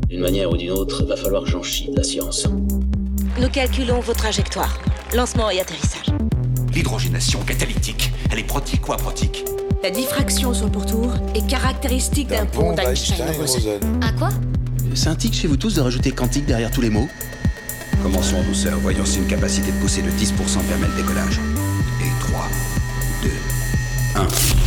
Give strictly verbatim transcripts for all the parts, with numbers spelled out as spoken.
D'une manière ou d'une autre, va falloir que j'en chie de la science. Nous calculons vos trajectoires. Lancement et atterrissage. L'hydrogénation catalytique, elle est protique ou aprotique? La diffraction sur le pourtour est caractéristique d'un pont d'Einstein-Rosen. Un quoi? C'est un tic chez vous tous de rajouter quantique derrière tous les mots? Commençons en douceur, voyons si une capacité de pousser de dix pour cent permet le décollage. Et trois, deux, un.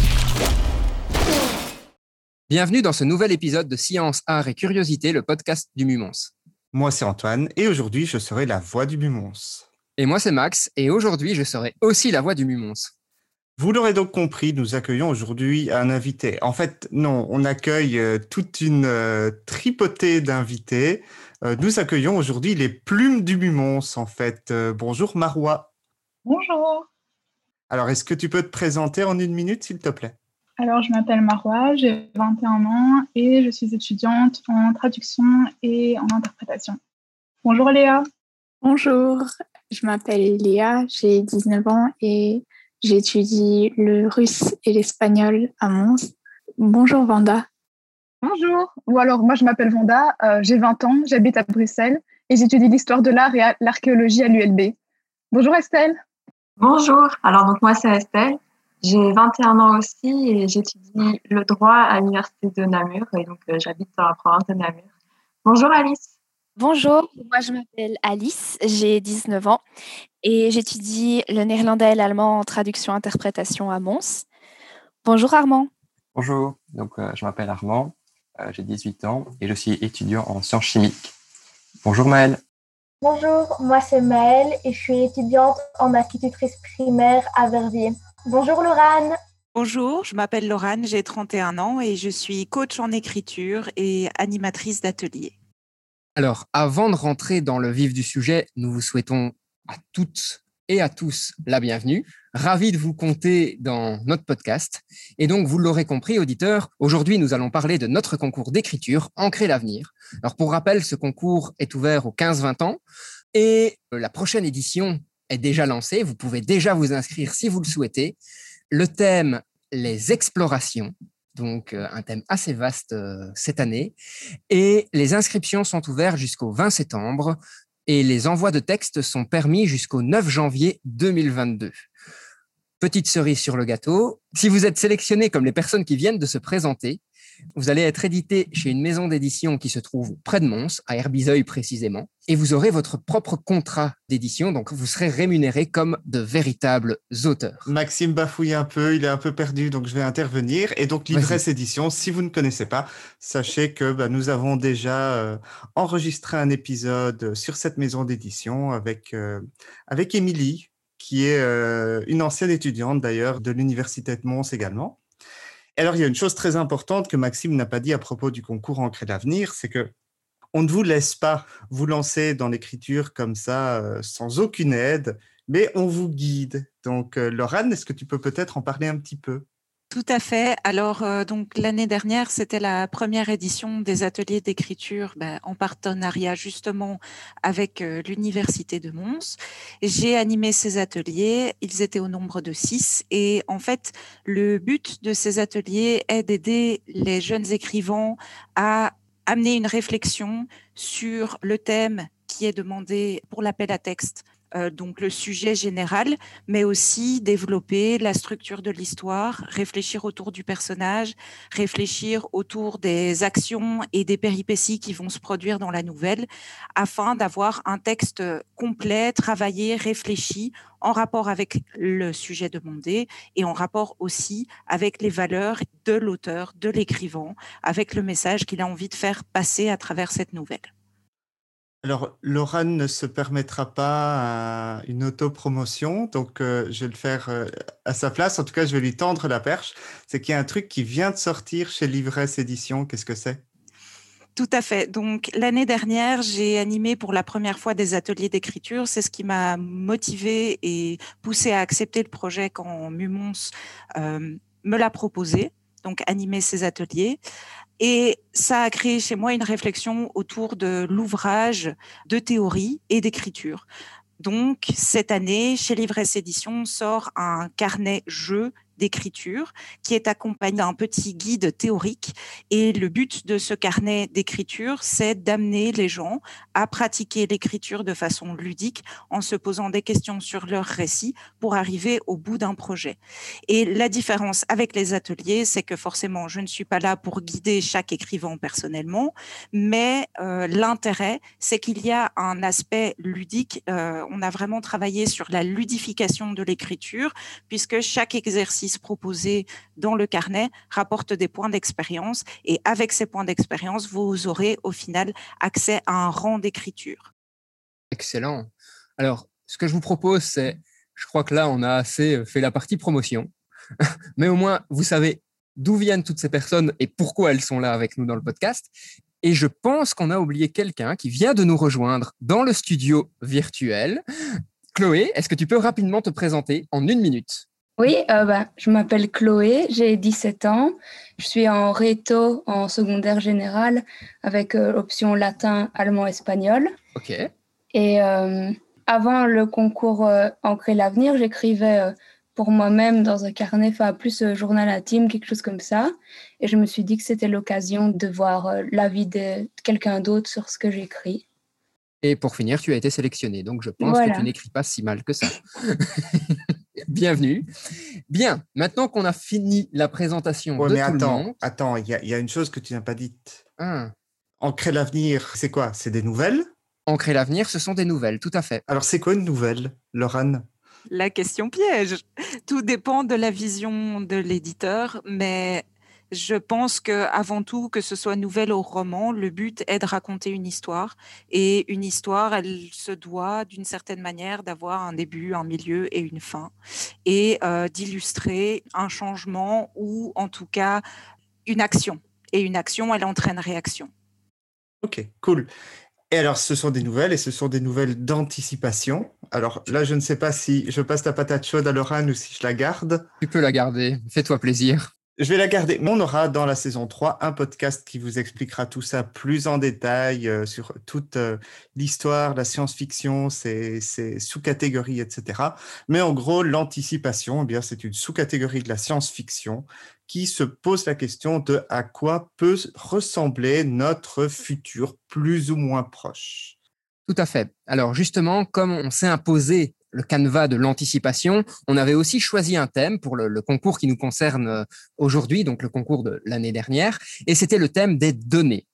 Bienvenue dans ce nouvel épisode de Science, Art et Curiosité, le podcast du Mumons. Moi, c'est Antoine, et aujourd'hui, je serai la voix du Mumons. Et moi, c'est Max, et aujourd'hui, je serai aussi la voix du Mumons. Vous l'aurez donc compris, nous accueillons aujourd'hui un invité. En fait, non, on accueille euh, toute une euh, tripotée d'invités. Euh, nous accueillons aujourd'hui les plumes du Mumons, en fait. Euh, bonjour Marois. Bonjour. Alors, est-ce que tu peux te présenter en une minute, s'il te plaît? Alors, je m'appelle Marois, j'ai vingt et un ans et je suis étudiante en traduction et en interprétation. Bonjour Léa. Bonjour, je m'appelle Léa, j'ai dix-neuf ans et j'étudie le russe et l'espagnol à Mons. Bonjour Vanda. Bonjour, ou alors moi je m'appelle Vanda, euh, j'ai vingt ans, j'habite à Bruxelles et j'étudie l'histoire de l'art et à l'archéologie à l'U L B. Bonjour Estelle. Bonjour, alors donc moi c'est Estelle. J'ai vingt et un ans aussi et j'étudie le droit à l'université de Namur et donc euh, j'habite dans la province de Namur. Bonjour Alice. Bonjour, moi je m'appelle Alice, j'ai dix-neuf ans et j'étudie le néerlandais et l'allemand en traduction-interprétation à Mons. Bonjour Armand. Bonjour, donc euh, je m'appelle Armand, euh, j'ai dix-huit ans et je suis étudiant en sciences chimiques. Bonjour Maëlle. Bonjour, moi c'est Maëlle et je suis étudiante en institutrice primaire à Verviers. Bonjour Laurane. Bonjour, je m'appelle Laurane, j'ai trente et un ans et je suis coach en écriture et animatrice d'atelier. Alors, avant de rentrer dans le vif du sujet, nous vous souhaitons à toutes et à tous la bienvenue. Ravis de vous compter dans notre podcast. Et donc, vous l'aurez compris, auditeurs, aujourd'hui, nous allons parler de notre concours d'écriture, Ancrer l'avenir. Alors, pour rappel, ce concours est ouvert aux quinze vingt ans et la prochaine édition est déjà lancée. Vous pouvez déjà vous inscrire si vous le souhaitez. Le thème, les explorations. Donc, euh, un thème assez vaste euh, cette année. Et les inscriptions sont ouvertes jusqu'au vingt septembre et les envois de textes sont permis jusqu'au neuf janvier deux mille vingt-deux. Petite cerise sur le gâteau, si vous êtes sélectionné comme les personnes qui viennent de se présenter, vous allez être édité chez une maison d'édition qui se trouve près de Mons, à Herbizeuil précisément, et vous aurez votre propre contrat d'édition, donc vous serez rémunérés comme de véritables auteurs. Maxime bafouille un peu, il est un peu perdu, donc je vais intervenir. Et donc, Livresse Édition, si vous ne connaissez pas, sachez que bah, nous avons déjà euh, enregistré un épisode sur cette maison d'édition avec, euh, avec Émilie, qui est euh, une ancienne étudiante d'ailleurs de l'Université de Mons également. Alors, il y a une chose très importante que Maxime n'a pas dit à propos du concours Ancrer l'avenir, c'est que on ne vous laisse pas vous lancer dans l'écriture comme ça, euh, sans aucune aide, mais on vous guide. Donc, euh, Laurane, est-ce que tu peux peut-être en parler un petit peu ? Tout à fait. Alors, euh, donc l'année dernière, c'était la première édition des ateliers d'écriture ben, en partenariat justement avec euh, l'Université de Mons. J'ai animé ces ateliers, ils étaient au nombre de six et en fait, le but de ces ateliers est d'aider les jeunes écrivains à amener une réflexion sur le thème qui est demandé pour l'appel à texte. Euh, donc le sujet général, mais aussi développer la structure de l'histoire, réfléchir autour du personnage, réfléchir autour des actions et des péripéties qui vont se produire dans la nouvelle, afin d'avoir un texte complet, travaillé, réfléchi, en rapport avec le sujet demandé et en rapport aussi avec les valeurs de l'auteur, de l'écrivain, avec le message qu'il a envie de faire passer à travers cette nouvelle. Alors, Laurane ne se permettra pas euh, une autopromotion, donc euh, je vais le faire euh, à sa place. En tout cas, je vais lui tendre la perche. C'est qu'il y a un truc qui vient de sortir chez Livresse Édition. Qu'est-ce que c'est ? Tout à fait. Donc, l'année dernière, j'ai animé pour la première fois des ateliers d'écriture. C'est ce qui m'a motivée et poussée à accepter le projet quand Mumons euh, me l'a proposé, donc animer ces ateliers. Et ça a créé chez moi une réflexion autour de l'ouvrage, de théorie et d'écriture. Donc, cette année, chez Livresse Édition, sort un carnet jeu d'écriture qui est accompagné d'un petit guide théorique. Et le but de ce carnet d'écriture, c'est d'amener les gens à pratiquer l'écriture de façon ludique en se posant des questions sur leur récit pour arriver au bout d'un projet. Et la différence avec les ateliers, c'est que forcément, je ne suis pas là pour guider chaque écrivain personnellement, mais euh, l'intérêt, c'est qu'il y a un aspect ludique. Euh, on a vraiment travaillé sur la ludification de l'écriture, puisque chaque exercice proposé dans le carnet rapporte des points d'expérience, et avec ces points d'expérience, vous aurez au final accès à un rang d'écriture. Excellent. Alors, ce que je vous propose, c'est, je crois que là, on a assez fait la partie promotion, mais au moins, vous savez d'où viennent toutes ces personnes et pourquoi elles sont là avec nous dans le podcast. Et je pense qu'on a oublié quelqu'un qui vient de nous rejoindre dans le studio virtuel. Chloé, est-ce que tu peux rapidement te présenter en une minute ? Oui, euh, bah, je m'appelle Chloé, j'ai dix-sept ans. Je suis en réto en secondaire général avec euh, option latin, allemand, espagnol. Ok. Et euh, avant le concours euh, Ancrer l'avenir, j'écrivais euh, pour moi-même dans un carnet, enfin plus euh, journal intime, quelque chose comme ça. Et je me suis dit que c'était l'occasion de voir euh, l'avis de quelqu'un d'autre sur ce que j'écris. Et pour finir, tu as été sélectionnée, donc je pense voilà. que tu n'écris pas si mal que ça. Bienvenue. Bien, maintenant qu'on a fini la présentation ouais, de mais tout attends, le monde... Attends, il y, y a une chose que tu n'as pas dite. Ah. Ancrer l'avenir, c'est quoi ? C'est des nouvelles ? Ancrer l'avenir, ce sont des nouvelles, tout à fait. Alors, c'est quoi une nouvelle, Laurane ? La question piège. Tout dépend de la vision de l'éditeur, mais je pense qu'avant tout, que ce soit nouvelle ou roman, le but est de raconter une histoire. Et une histoire, elle se doit d'une certaine manière d'avoir un début, un milieu et une fin. Et euh, d'illustrer un changement ou en tout cas une action. Et une action, elle entraîne réaction. Ok, cool. Et alors, ce sont des nouvelles et ce sont des nouvelles d'anticipation. Alors là, je ne sais pas si je passe la patate chaude à Laurane ou si je la garde. Tu peux la garder, fais-toi plaisir. Je vais la garder. On aura dans la saison trois un podcast qui vous expliquera tout ça plus en détail euh, sur toute euh, l'histoire, la science-fiction, ses, ses sous-catégories, et cetera. Mais en gros, l'anticipation, eh bien, c'est une sous-catégorie de la science-fiction qui se pose la question de à quoi peut ressembler notre futur plus ou moins proche. Tout à fait. Alors justement, comme on s'est imposé le canevas de l'anticipation, on avait aussi choisi un thème pour le, le concours qui nous concerne aujourd'hui, donc le concours de l'année dernière, et c'était le thème des données.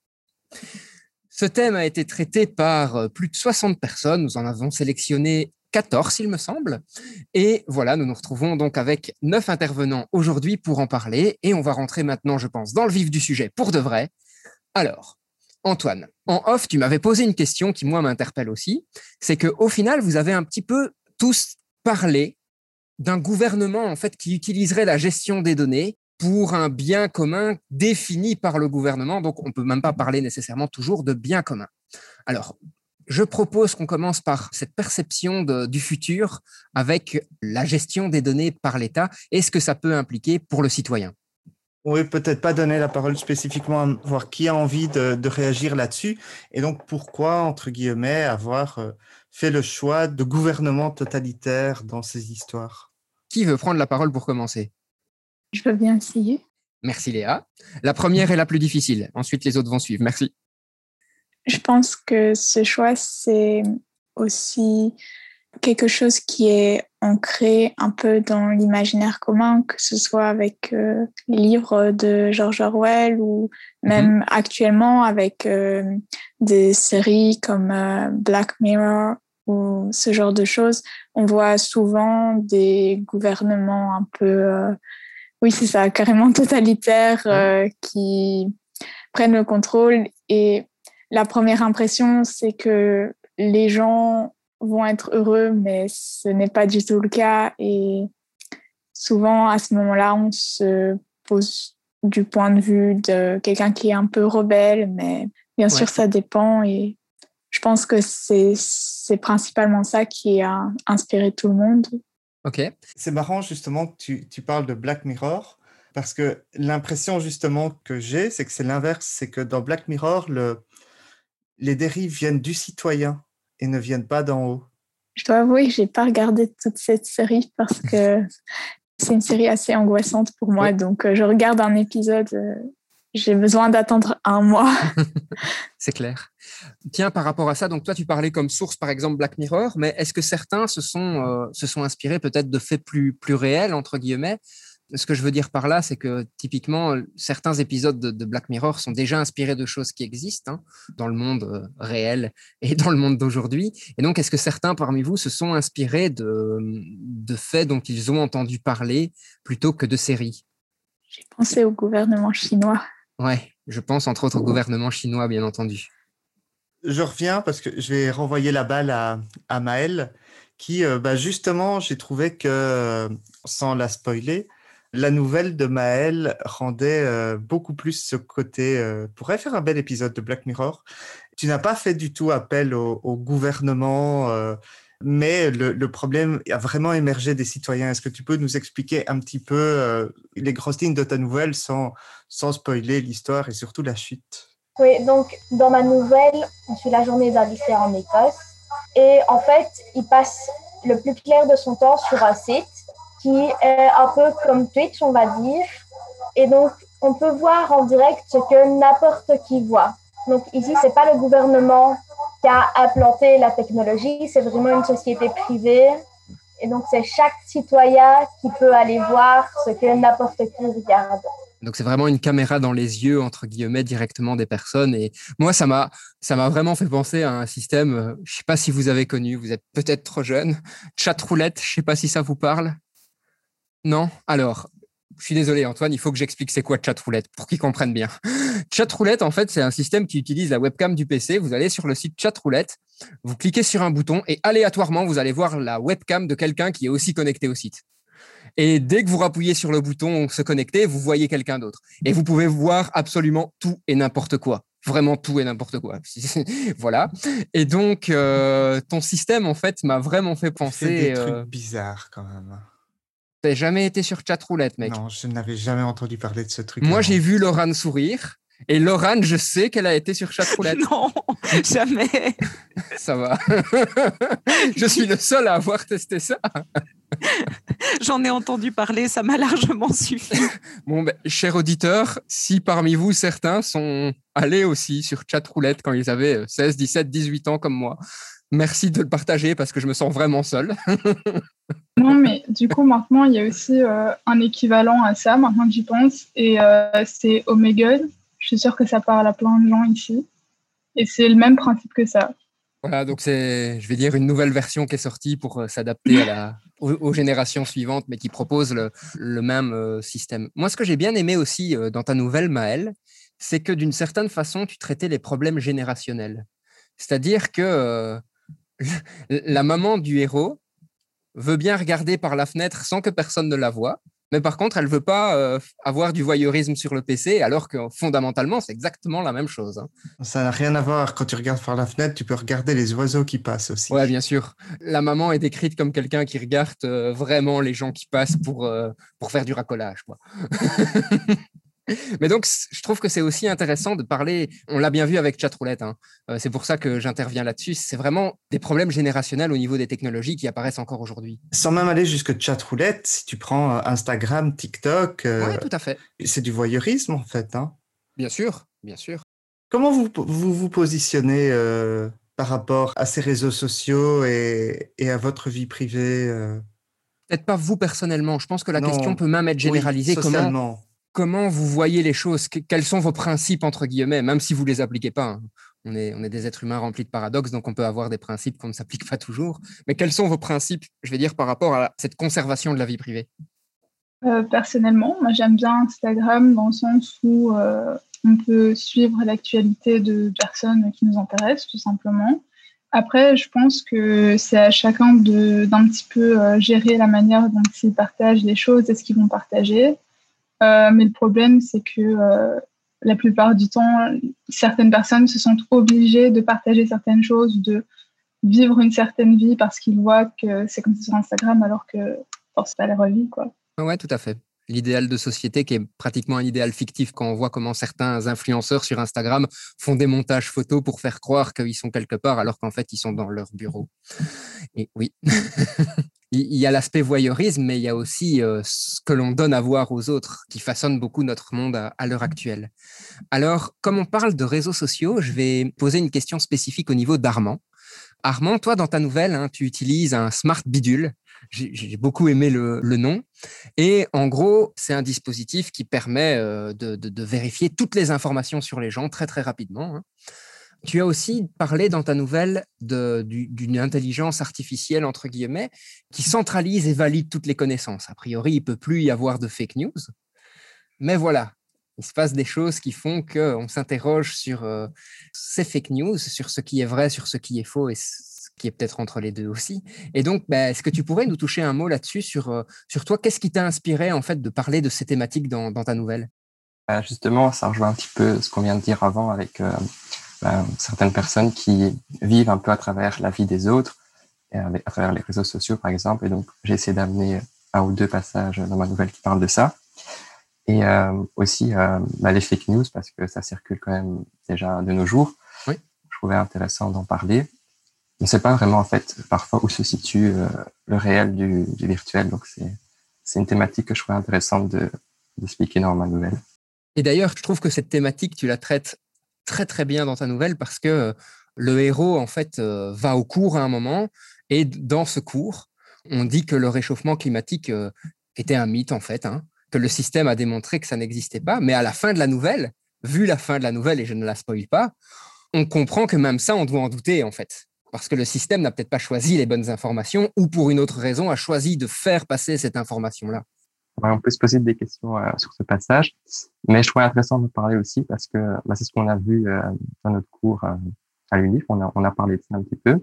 Ce thème a été traité par plus de soixante personnes, nous en avons sélectionné quatorze, il me semble, et voilà, nous nous retrouvons donc avec neuf intervenants aujourd'hui pour en parler, et on va rentrer maintenant, je pense, dans le vif du sujet pour de vrai. Alors, Antoine, en off, tu m'avais posé une question qui, moi, m'interpelle aussi, c'est qu'au final, vous avez un petit peu tous parlé d'un gouvernement en fait qui utiliserait la gestion des données pour un bien commun défini par le gouvernement. Donc, on ne peut même pas parler nécessairement toujours de bien commun. Alors, je propose qu'on commence par cette perception de, du futur avec la gestion des données par l'État et ce que ça peut impliquer pour le citoyen. Oui, peut-être pas donner la parole spécifiquement à voir qui a envie de, de réagir là-dessus. Et donc, pourquoi, entre guillemets, avoir euh, fait le choix de gouvernement totalitaire dans ces histoires ? Qui veut prendre la parole pour commencer ? Je veux bien essayer. Merci Léa. La première est la plus difficile. Ensuite, les autres vont suivre. Merci. Je pense que ce choix, c'est aussi quelque chose qui est ancré un peu dans l'imaginaire commun, que ce soit avec euh, les livres de George Orwell ou même mmh. actuellement avec euh, des séries comme euh, Black Mirror ou ce genre de choses. On voit souvent des gouvernements un peu, euh, oui c'est ça, carrément totalitaires euh, qui prennent le contrôle, et la première impression c'est que les gens vont être heureux, mais ce n'est pas du tout le cas. Et souvent, à ce moment-là, on se pose du point de vue de quelqu'un qui est un peu rebelle, mais bien ouais. sûr, ça dépend. Et je pense que c'est, c'est principalement ça qui a inspiré tout le monde. Ok. C'est marrant, justement, que tu, tu parles de Black Mirror, parce que l'impression, justement, que j'ai, c'est que c'est l'inverse. C'est que dans Black Mirror, le... les dérives viennent du citoyen et ne viennent pas d'en haut. Je dois avouer que je n'ai pas regardé toute cette série parce que C'est une série assez angoissante pour moi, Oui. donc euh, je regarde un épisode, euh, j'ai besoin d'attendre un mois. C'est clair. Tiens, par rapport à ça, donc toi, tu parlais comme source, par exemple, Black Mirror, mais est-ce que certains se sont, euh, se sont inspirés peut-être de faits plus, plus réels, entre guillemets? Ce que je veux dire par là, c'est que typiquement, certains épisodes de, de Black Mirror sont déjà inspirés de choses qui existent hein, dans le monde euh, réel et dans le monde d'aujourd'hui. Et donc, est-ce que certains parmi vous se sont inspirés de, de faits dont ils ont entendu parler plutôt que de séries? J'ai pensé au gouvernement chinois. Ouais, je pense entre autres au gouvernement chinois, bien entendu. Je reviens parce que je vais renvoyer la balle à, à Maëlle, qui, euh, bah, justement, j'ai trouvé que, euh, sans la spoiler, la nouvelle de Maëlle rendait euh, beaucoup plus ce côté... Euh, pourrait faire un bel épisode de Black Mirror. Tu n'as pas fait du tout appel au, au gouvernement, euh, mais le, le problème a vraiment émergé des citoyens. Est-ce que tu peux nous expliquer un petit peu euh, les grosses lignes de ta nouvelle sans, sans spoiler l'histoire et surtout la chute? Oui, donc dans ma nouvelle, on suit la journée d'un lycée en Écosse. Et en fait, il passe le plus clair de son temps sur un site qui est un peu comme Twitch, on va dire. Et donc, on peut voir en direct ce que n'importe qui voit. Donc ici, c'est pas le gouvernement qui a implanté la technologie, c'est vraiment une société privée. Et donc, c'est chaque citoyen qui peut aller voir ce que n'importe qui regarde. Donc, c'est vraiment une caméra dans les yeux, entre guillemets, directement des personnes. Et moi, ça m'a, ça m'a vraiment fait penser à un système, euh, je ne sais pas si vous avez connu, vous êtes peut-être trop jeune, Chatroulette, je ne sais pas si ça vous parle. Non? Alors, je suis désolé, Antoine, il faut que j'explique c'est quoi Chatroulette pour qu'ils comprennent bien. Chatroulette, en fait, c'est un système qui utilise la webcam du P C. Vous allez sur le site Chatroulette, vous cliquez sur un bouton et aléatoirement, vous allez voir la webcam de quelqu'un qui est aussi connecté au site. Et dès que vous rappuyez sur le bouton se connecter, vous voyez quelqu'un d'autre. Et vous pouvez voir absolument tout et n'importe quoi. Vraiment tout et n'importe quoi. Voilà. Et donc, euh, ton système, en fait, m'a vraiment fait penser... Tu fais des euh... trucs bizarres, quand même. T'as jamais été sur Chatroulette, mec? Non, je n'avais jamais entendu parler de ce truc. Moi, j'ai vu Laurane sourire. Et Laurane, je sais qu'elle a été sur Chatroulette. Non, jamais. Ça va. Je suis le seul à avoir testé ça. J'en ai entendu parler, ça m'a largement suffi. Bon, ben, chers auditeurs, si parmi vous, certains sont allés aussi sur Chatroulette quand ils avaient seize, dix-sept, dix-huit ans comme moi, merci de le partager parce que je me sens vraiment seul. Non, mais du coup, maintenant, il y a aussi euh, un équivalent à ça, maintenant que j'y pense, et euh, c'est Omegle. Je suis sûre que ça parle à plein de gens ici. Et c'est le même principe que ça. Voilà, donc c'est, je vais dire, une nouvelle version qui est sortie pour euh, s'adapter à la, aux, aux générations suivantes, mais qui propose le, le même euh, système. Moi, ce que j'ai bien aimé aussi euh, dans ta nouvelle, Maëlle, c'est que d'une certaine façon, tu traitais les problèmes générationnels. C'est-à-dire que euh, la maman du héros veut bien regarder par la fenêtre sans que personne ne la voie, mais par contre, elle ne veut pas euh, avoir du voyeurisme sur le P C, alors que fondamentalement, c'est exactement la même chose. Hein. Ça n'a rien à voir. Quand tu regardes par la fenêtre, tu peux regarder les oiseaux qui passent aussi. Oui, bien sûr. La maman est décrite comme quelqu'un qui regarde euh, vraiment les gens qui passent pour, euh, pour faire du racolage, quoi. Mais donc, je trouve que c'est aussi intéressant de parler, on l'a bien vu avec Chatroulette, hein. euh, c'est pour ça que j'interviens là-dessus, c'est vraiment des problèmes générationnels au niveau des technologies qui apparaissent encore aujourd'hui. Sans même aller jusque Chatroulette, si tu prends Instagram, TikTok, euh, oui, tout à fait. C'est du voyeurisme en fait. Hein. Bien sûr, bien sûr. Comment vous vous, vous positionnez euh, par rapport à ces réseaux sociaux et, et à votre vie privée euh... Peut-être pas vous personnellement, je pense que la non. question peut même être généralisée. Oui, comment Comment vous voyez les choses? Quels sont vos principes, entre guillemets, même si vous ne les appliquez pas, hein. on, est, on est des êtres humains remplis de paradoxes, donc on peut avoir des principes qu'on ne s'applique pas toujours. Mais quels sont vos principes, je vais dire, par rapport à cette conservation de la vie privée? euh, Personnellement, moi j'aime bien Instagram dans le sens où euh, on peut suivre l'actualité de personnes qui nous intéressent, tout simplement. Après, je pense que c'est à chacun de, d'un petit peu euh, gérer la manière dont ils partagent les choses et ce qu'ils vont partager. Euh, mais le problème, c'est que euh, la plupart du temps, certaines personnes se sentent obligées de partager certaines choses, de vivre une certaine vie parce qu'ils voient que c'est comme ça sur Instagram, alors que oh, c'est pas la vraie vie, quoi. Oui, tout à fait. L'idéal de société qui est pratiquement un idéal fictif quand on voit comment certains influenceurs sur Instagram font des montages photos pour faire croire qu'ils sont quelque part alors qu'en fait, ils sont dans leur bureau. Et oui. il y a l'aspect voyeurisme, mais il y a aussi euh, ce que l'on donne à voir aux autres qui façonne beaucoup notre monde à, à l'heure actuelle. Alors, comme on parle de réseaux sociaux, je vais poser une question spécifique au niveau d'Armand. Armand, toi, dans ta nouvelle, hein, tu utilises un Smart Bidule. J'ai, j'ai beaucoup aimé le, le nom. Et en gros, c'est un dispositif qui permet euh, de, de, de vérifier toutes les informations sur les gens très, très rapidement, hein. Tu as aussi parlé dans ta nouvelle de, du, d'une intelligence artificielle, entre guillemets, qui centralise et valide toutes les connaissances. A priori, il ne peut plus y avoir de fake news. Mais voilà, il se passe des choses qui font qu'on s'interroge sur euh, ces fake news, sur ce qui est vrai, sur ce qui est faux et ce qui est peut-être entre les deux aussi. Et donc, bah, est-ce que tu pourrais nous toucher un mot là-dessus sur, euh, sur toi? Qu'est-ce qui t'a inspiré en fait, de parler de ces thématiques dans, dans ta nouvelle? euh, Justement, ça rejoint un petit peu ce qu'on vient de dire avant avec... Euh... Ben, certaines personnes qui vivent un peu à travers la vie des autres, et avec, à travers les réseaux sociaux, par exemple. Et donc, j'ai essayé d'amener un ou deux passages dans ma nouvelle qui parlent de ça. Et euh, aussi euh, ben, les fake news, parce que ça circule quand même déjà de nos jours. Oui. Je trouvais intéressant d'en parler. On ne sait pas vraiment, en fait, parfois où se situe euh, le réel du, du virtuel. Donc, c'est, c'est une thématique que je trouvais intéressante de, d'expliquer dans ma nouvelle. Et d'ailleurs, je trouve que cette thématique, tu la traites très très bien dans ta nouvelle parce que le héros en fait euh, va au cours à un moment et dans ce cours, on dit que le réchauffement climatique euh, était un mythe en fait, hein, que le système a démontré que ça n'existait pas, mais à la fin de la nouvelle, vu la fin de la nouvelle et je ne la spoil pas, on comprend que même ça, on doit en douter en fait, parce que le système n'a peut-être pas choisi les bonnes informations ou pour une autre raison a choisi de faire passer cette information-là. Ouais, on peut se poser des questions euh, sur ce passage, mais je trouvais intéressant de parler aussi parce que bah, c'est ce qu'on a vu euh, dans notre cours euh, à l'U N I F, on a, on a parlé de ça un petit peu.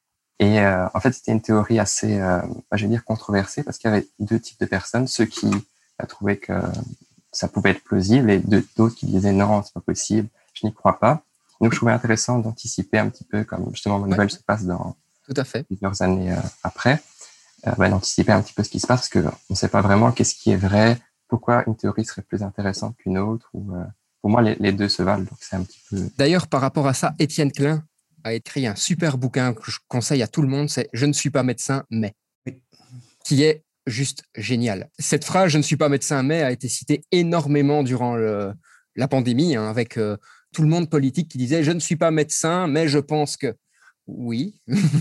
Et euh, en fait, c'était une théorie assez, euh, bah, je vais dire, controversée parce qu'il y avait deux types de personnes, ceux qui bah, trouvaient que ça pouvait être plausible et d'autres qui disaient non, c'est pas possible, je n'y crois pas. Donc, je trouvais intéressant d'anticiper un petit peu, comme justement ma nouvelle ouais. se passe dans Tout à fait. plusieurs années euh, après. Euh, bah, d'anticiper un petit peu ce qui se passe parce qu'on ne sait pas vraiment qu'est-ce qui est vrai, pourquoi une théorie serait plus intéressante qu'une autre. Ou, euh, pour moi, les, les deux se valent, donc c'est un petit peu... D'ailleurs, par rapport à ça, Étienne Klein a écrit un super bouquin que je conseille à tout le monde, c'est « Je ne suis pas médecin, mais oui. », qui est juste génial. Cette phrase « Je ne suis pas médecin, mais » a été citée énormément durant le, la pandémie, hein, avec euh, tout le monde politique qui disait « Je ne suis pas médecin, mais je pense que… » Oui,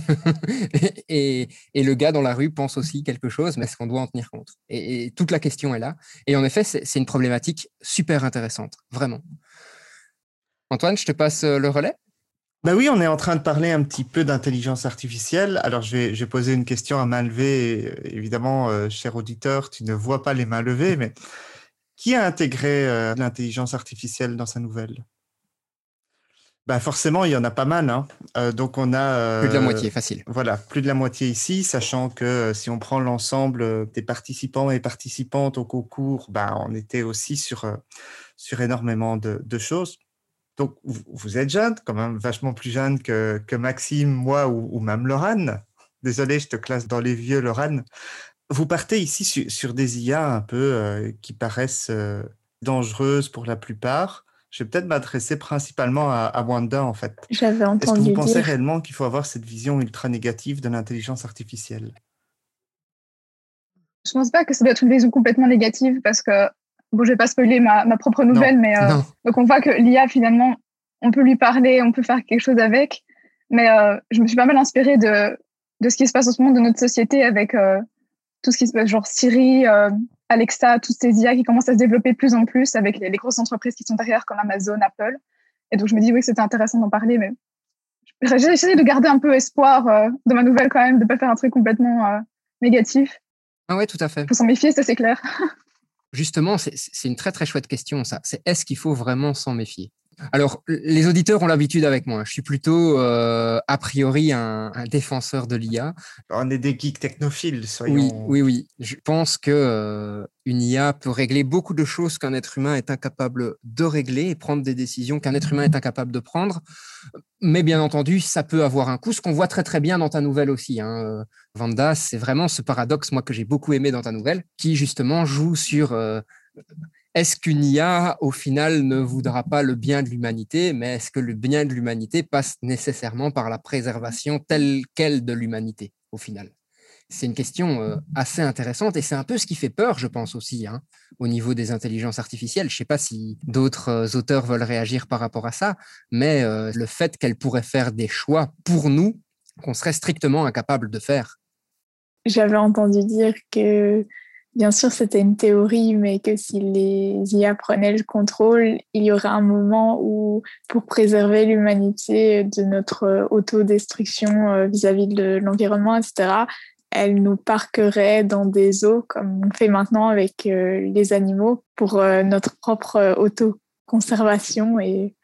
et, et le gars dans la rue pense aussi quelque chose, mais est-ce qu'on doit en tenir compte? et, et toute la question est là. Et en effet, c'est, c'est une problématique super intéressante, vraiment. Antoine, je te passe le relais. Ben oui, on est en train de parler un petit peu d'intelligence artificielle. Alors, je vais, je vais poser une question à main levée. Et, évidemment, euh, cher auditeur, tu ne vois pas les mains levées, mais qui a intégré euh, l'intelligence artificielle dans sa nouvelle? Bah forcément, il y en a pas mal, hein. Euh, donc on a euh, plus de la moitié, facile. Voilà, plus de la moitié ici, sachant que euh, si on prend l'ensemble des participants et participantes au concours, bah on était aussi sur euh, sur énormément de, de choses. Donc vous, vous êtes jeune, quand même vachement plus jeune que que Maxime, moi ou, ou même Lorane. Désolé, je te classe dans les vieux, Lorane. Vous partez ici sur, sur des I A un peu euh, qui paraissent euh, dangereuses pour la plupart. Je vais peut-être m'adresser principalement à, à Wanda, en fait. J'avais entendu Est-ce que vous pensez dire... réellement qu'il faut avoir cette vision ultra négative de l'intelligence artificielle? Je pense pas que ça doit être une vision complètement négative parce que, bon, je vais pas spoiler ma, ma propre nouvelle, non, mais euh, donc on voit que l'I A, finalement, on peut lui parler, on peut faire quelque chose avec, mais euh, je me suis pas mal inspirée de, de ce qui se passe en ce moment de notre société avec euh, tout ce qui se passe, genre Siri, euh, Alexa, toutes ces I A qui commencent à se développer de plus en plus avec les, les grosses entreprises qui sont derrière comme Amazon, Apple. Et donc, je me dis, oui, c'était intéressant d'en parler, mais j'ai essayé de garder un peu espoir euh, dans ma nouvelle quand même, de ne pas faire un truc complètement euh, négatif. Ah ouais, tout à fait. Il faut s'en méfier, ça c'est clair. Justement, c'est, c'est une très très chouette question, ça. C'est est-ce qu'il faut vraiment s'en méfier? Alors, les auditeurs ont l'habitude avec moi. Je suis plutôt, euh, a priori, un, un défenseur de l'I A. On est des geeks technophiles, soyons... Oui, oui, oui. Je pense que euh, une I A peut régler beaucoup de choses qu'un être humain est incapable de régler et prendre des décisions qu'un être humain est incapable de prendre. Mais bien entendu, ça peut avoir un coût, ce qu'on voit très très bien dans ta nouvelle aussi, hein. Wanda, c'est vraiment ce paradoxe, moi, que j'ai beaucoup aimé dans ta nouvelle, qui justement joue sur... Euh, est-ce qu'une I A, au final, ne voudra pas le bien de l'humanité, mais est-ce que le bien de l'humanité passe nécessairement par la préservation telle quelle de l'humanité, au final? C'est une question euh, assez intéressante et c'est un peu ce qui fait peur, je pense aussi, hein, au niveau des intelligences artificielles. Je ne sais pas si d'autres euh, auteurs veulent réagir par rapport à ça, mais euh, le fait qu'elles pourraient faire des choix pour nous qu'on serait strictement incapable de faire. J'avais entendu dire que, bien sûr, c'était une théorie, mais que si les I A prenaient le contrôle, il y aurait un moment où, pour préserver l'humanité de notre autodestruction euh, vis-à-vis de l'environnement, et cetera, elles nous parqueraient dans des zoos, comme on fait maintenant avec euh, les animaux, pour euh, notre propre euh, autoconservation. Et...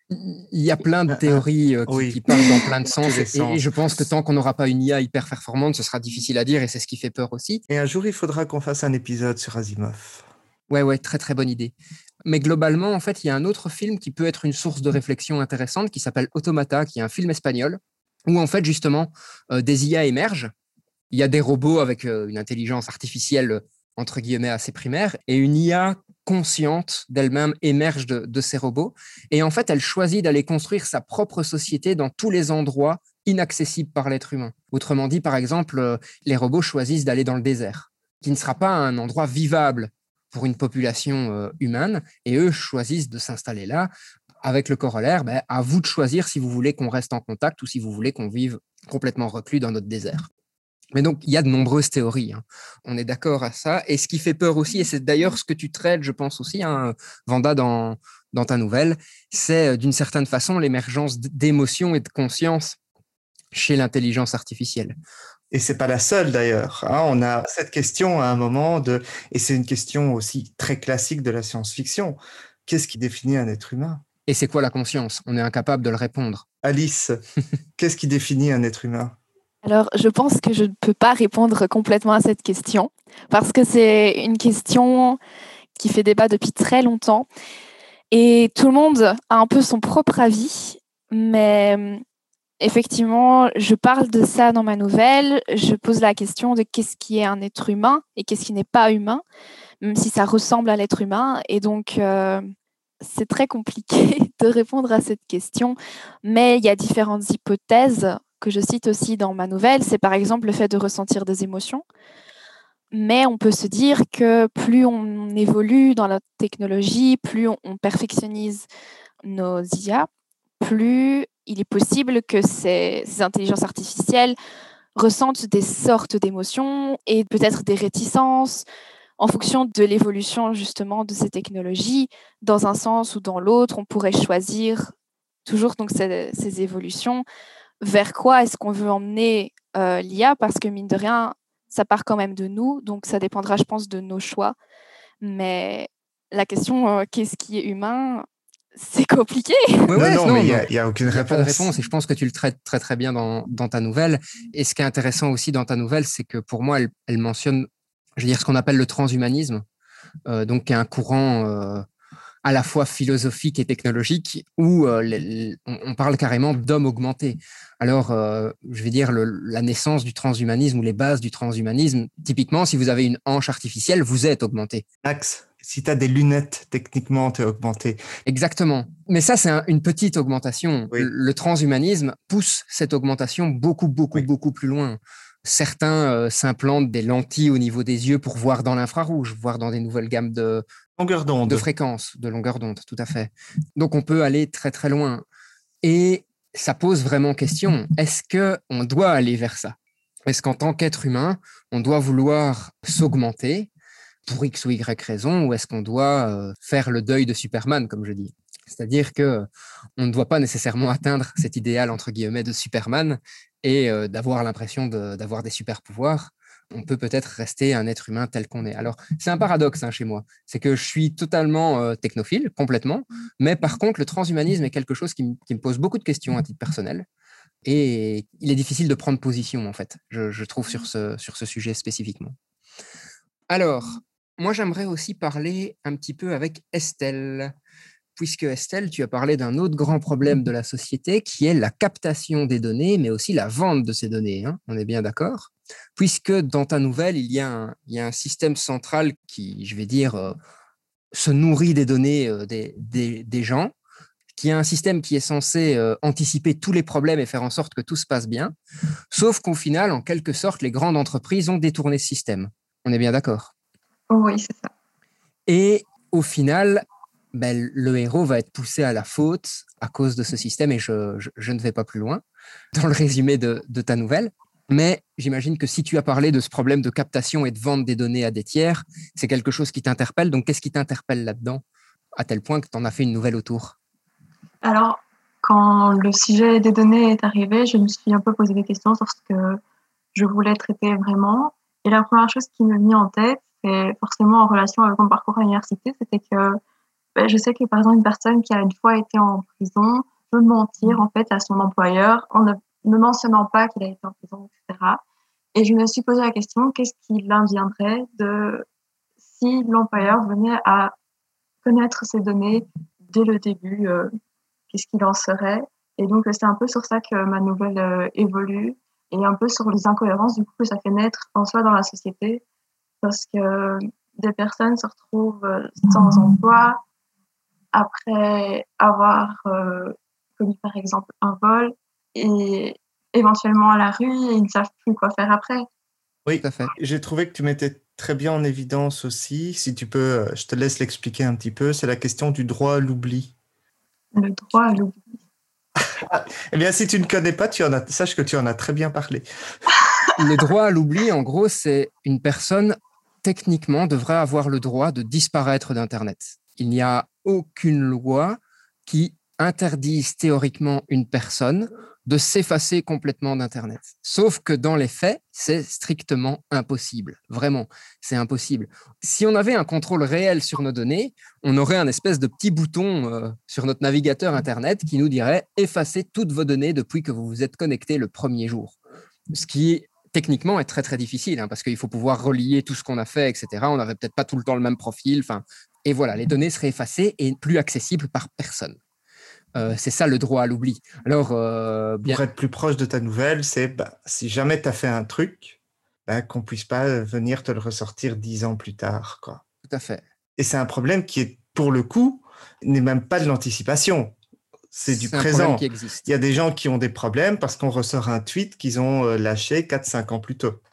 Il y a plein de théories euh, qui, oui. qui partent dans plein de sens, et, et je pense que tant qu'on n'aura pas une I A hyper performante, ce sera difficile à dire, et c'est ce qui fait peur aussi. Et un jour, il faudra qu'on fasse un épisode sur Asimov. Ouais, ouais, très très bonne idée. Mais globalement, en fait, il y a un autre film qui peut être une source de réflexion intéressante, qui s'appelle Automata, qui est un film espagnol, où en fait, justement, euh, des I A émergent. Il y a des robots avec euh, une intelligence artificielle, entre guillemets, assez primaire, et une I A consciente d'elle-même émerge de, de ces robots. Et en fait, elle choisit d'aller construire sa propre société dans tous les endroits inaccessibles par l'être humain. Autrement dit, par exemple, euh, les robots choisissent d'aller dans le désert, qui ne sera pas un endroit vivable pour une population euh, humaine, et eux choisissent de s'installer là, avec le corollaire, ben, à vous de choisir si vous voulez qu'on reste en contact ou si vous voulez qu'on vive complètement reclus dans notre désert. Mais donc, il y a de nombreuses théories, hein. On est d'accord à ça. Et ce qui fait peur aussi, et c'est d'ailleurs ce que tu traites, je pense aussi, hein, Vanda, dans, dans ta nouvelle, c'est d'une certaine façon l'émergence d'émotions et de conscience chez l'intelligence artificielle. Et c'est pas la seule d'ailleurs, hein. On a cette question à un moment, de, et c'est une question aussi très classique de la science-fiction. Qu'est-ce qui définit un être humain ? Et c'est quoi la conscience ? On est incapable de le répondre. Alice, qu'est-ce qui définit un être humain ? Alors, je pense que je ne peux pas répondre complètement à cette question parce que c'est une question qui fait débat depuis très longtemps et tout le monde a un peu son propre avis, mais effectivement, je parle de ça dans ma nouvelle. Je pose la question de qu'est-ce qui est un être humain et qu'est-ce qui n'est pas humain, même si ça ressemble à l'être humain. Et donc, euh, c'est très compliqué de répondre à cette question, mais il y a différentes hypothèses que je cite aussi dans ma nouvelle. C'est par exemple le fait de ressentir des émotions. Mais on peut se dire que plus on évolue dans la technologie, plus on, on perfectionnise nos I A, plus il est possible que ces, ces intelligences artificielles ressentent des sortes d'émotions et peut-être des réticences en fonction de l'évolution justement de ces technologies. Dans un sens ou dans l'autre, on pourrait choisir toujours donc ces, ces évolutions. Vers quoi est-ce qu'on veut emmener euh, l'I A ? Parce que mine de rien, ça part quand même de nous, donc ça dépendra, je pense, de nos choix. Mais la question, euh, qu'est-ce qui est humain ? C'est compliqué. Ouais, ouais, non, non, non, mais il non. n'y a, a aucune réponse. Pas de réponse, et je pense que tu le traites très très bien dans, dans ta nouvelle. Et ce qui est intéressant aussi dans ta nouvelle, c'est que pour moi, elle, elle mentionne, je veux dire, ce qu'on appelle le transhumanisme, euh, donc qui est un courant euh, à la fois philosophique et technologique, où euh, les, les, on parle carrément d'homme augmenté. Alors, euh, je vais dire, le, la naissance du transhumanisme ou les bases du transhumanisme, typiquement, si vous avez une hanche artificielle, vous êtes augmenté. Max, si tu as des lunettes, techniquement, tu es augmenté. Exactement. Mais ça, c'est un, une petite augmentation. Oui. Le, le transhumanisme pousse cette augmentation beaucoup, beaucoup, oui. beaucoup plus loin. Certains euh, s'implantent des lentilles au niveau des yeux pour voir dans l'infrarouge, voir dans des nouvelles gammes de, longueur d'onde. de fréquences, de longueur d'onde, tout à fait. Donc, on peut aller très, très loin. Et ça pose vraiment question. Est-ce qu'on doit aller vers ça ? Est-ce qu'en tant qu'être humain, on doit vouloir s'augmenter pour X ou Y raison, ou est-ce qu'on doit euh, faire le deuil de Superman, comme je dis ? C'est-à-dire qu'on ne doit pas nécessairement atteindre cet idéal, entre guillemets, de Superman et euh, d'avoir l'impression de, d'avoir des super pouvoirs. On peut peut-être rester un être humain tel qu'on est. Alors, c'est un paradoxe hein, chez moi. C'est que je suis totalement euh, technophile, complètement, mais par contre, le transhumanisme est quelque chose qui, m- qui me pose beaucoup de questions à titre personnel. Et il est difficile de prendre position, en fait, je, je trouve, sur ce, sur ce sujet spécifiquement. Alors, moi, j'aimerais aussi parler un petit peu avec Estelle, puisque Estelle, tu as parlé d'un autre grand problème de la société qui est la captation des données, mais aussi la vente de ces données. Hein, on est bien d'accord ? Puisque dans ta nouvelle, il y a un, il y a un système central qui, je vais dire, euh, se nourrit des données euh, des, des, des gens, qui est un système qui est censé euh, anticiper tous les problèmes et faire en sorte que tout se passe bien. Sauf qu'au final, en quelque sorte, les grandes entreprises ont détourné ce système. On est bien d'accord? Oui, c'est ça. Et au final, ben, le héros va être poussé à la faute à cause de ce système, et je, je, je ne vais pas plus loin dans le résumé de, de ta nouvelle. Mais j'imagine que si tu as parlé de ce problème de captation et de vente des données à des tiers, c'est quelque chose qui t'interpelle. Donc, qu'est-ce qui t'interpelle là-dedans, à tel point que tu en as fait une nouvelle autour? Alors, quand le sujet des données est arrivé, je me suis un peu posé des questions sur ce que je voulais traiter vraiment. Et la première chose qui me vient en tête, c'est forcément en relation avec mon parcours à l'université, c'était que ben, je sais que, par exemple, une personne qui a une fois été en prison peut mentir en fait à son employeur en ne, ne mentionnant pas qu'il a été en prison, et cetera. Et je me suis posé la question, qu'est-ce qui l'inviendrait de si l'employeur venait à connaître ces données dès le début, euh, qu'est-ce qu'il en serait? Et donc, c'est un peu sur ça que ma nouvelle euh, évolue, et un peu sur les incohérences du coup que ça fait naître en soi dans la société, parce que des personnes se retrouvent sans emploi après avoir euh, commis par exemple un vol et éventuellement à la rue, et ils ne savent plus quoi faire après. Oui, tout à fait. J'ai trouvé que tu mettais très bien en évidence aussi, si tu peux, je te laisse l'expliquer un petit peu, c'est la question du droit à l'oubli. Le droit à l'oubli. Eh bien, si tu ne connais pas, tu en as, sache que tu en as très bien parlé. Le droit à l'oubli, en gros, c'est une personne, techniquement, devrait avoir le droit de disparaître d'Internet. Il n'y a aucune loi qui interdise théoriquement une personne de s'effacer complètement d'Internet. Sauf que dans les faits, c'est strictement impossible. Vraiment, c'est impossible. Si on avait un contrôle réel sur nos données, on aurait un espèce de petit bouton euh, sur notre navigateur Internet qui nous dirait « Effacez toutes vos données depuis que vous vous êtes connecté le premier jour ». Ce qui, techniquement, est très, très difficile, hein, parce qu'il faut pouvoir relier tout ce qu'on a fait, et cetera. On n'avait peut-être pas tout le temps le même profil. Et voilà, les données seraient effacées et plus accessibles par personne. Euh, c'est ça le droit à l'oubli. Alors, euh, bien... Pour être plus proche de ta nouvelle, c'est bah, si jamais tu as fait un truc, bah, qu'on ne puisse pas venir te le ressortir dix ans plus tard, quoi. Tout à fait. Et c'est un problème qui est, pour le coup, n'est même pas de l'anticipation. C'est, c'est du présent. Qui existe. Il y a des gens qui ont des problèmes parce qu'on ressort un tweet qu'ils ont lâché quatre cinq ans plus tôt.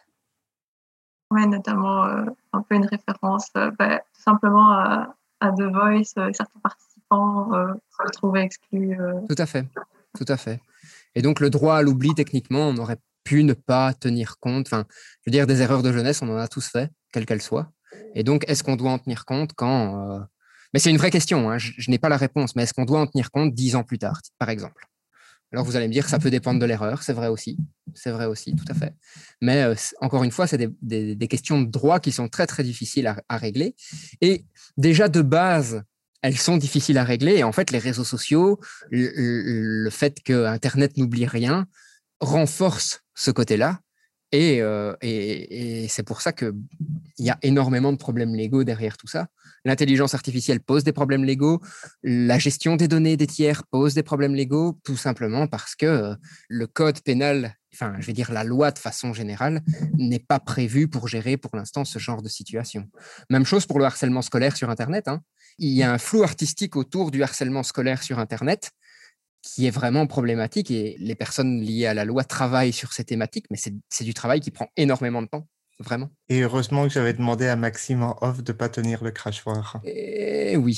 Oui, notamment euh, un peu une référence euh, bah, tout simplement à, à The Voice, euh, certains participants euh, se retrouvaient exclus. Euh... Tout à fait, tout à fait. Et donc, le droit à l'oubli, techniquement, on aurait pu ne pas tenir compte. Enfin, je veux dire, des erreurs de jeunesse, on en a tous fait, quelles qu'elles soient. Et donc, est-ce qu'on doit en tenir compte quand... Euh... Mais c'est une vraie question, hein. je, je n'ai pas la réponse, mais est-ce qu'on doit en tenir compte dix ans plus tard, par exemple? Alors, vous allez me dire que ça peut dépendre de l'erreur, c'est vrai aussi, c'est vrai aussi, tout à fait. Mais euh, encore une fois, c'est des, des, des questions de droit qui sont très, très difficiles à, à régler. Et déjà, de base, elles sont difficiles à régler. Et en fait, les réseaux sociaux, le, le fait que Internet n'oublie rien, renforce ce côté-là. Et, euh, et, et c'est pour ça qu'il y a énormément de problèmes légaux derrière tout ça. L'intelligence artificielle pose des problèmes légaux. La gestion des données des tiers pose des problèmes légaux, tout simplement parce que le code pénal, enfin, je vais dire la loi de façon générale, n'est pas prévu pour gérer pour l'instant ce genre de situation. Même chose pour le harcèlement scolaire sur Internet, hein. Il y a un flou artistique autour du harcèlement scolaire sur Internet qui est vraiment problématique, et les personnes liées à la loi travaillent sur ces thématiques, mais c'est, c'est du travail qui prend énormément de temps, vraiment. Et heureusement que j'avais demandé à Maxime en off de ne pas tenir le crachoir. Et oui.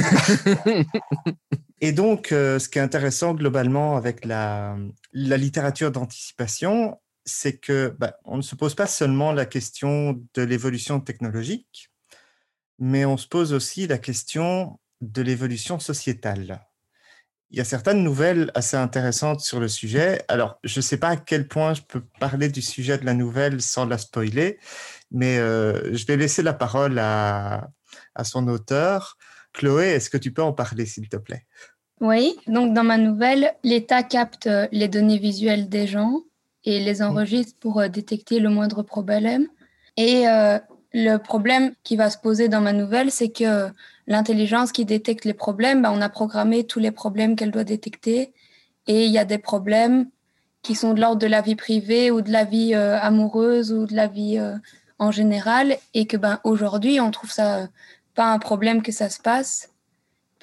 Et donc, euh, ce qui est intéressant globalement avec la, la littérature d'anticipation, c'est que bah, on ne se pose pas seulement la question de l'évolution technologique, mais on se pose aussi la question de l'évolution sociétale. Il y a certaines nouvelles assez intéressantes sur le sujet. Alors, je ne sais pas à quel point je peux parler du sujet de la nouvelle sans la spoiler, mais euh, je vais laisser la parole à, à son auteur. Chloé, est-ce que tu peux en parler, s'il te plaît? Oui, donc dans ma nouvelle, l'État capte les données visuelles des gens et les enregistre pour euh, détecter le moindre problème. Et euh, le problème qui va se poser dans ma nouvelle, c'est que l'intelligence qui détecte les problèmes, ben, on a programmé tous les problèmes qu'elle doit détecter, et il y a des problèmes qui sont de l'ordre de la vie privée ou de la vie euh, amoureuse ou de la vie euh, en général, et que ben, aujourd'hui, on trouve ça euh, pas un problème que ça se passe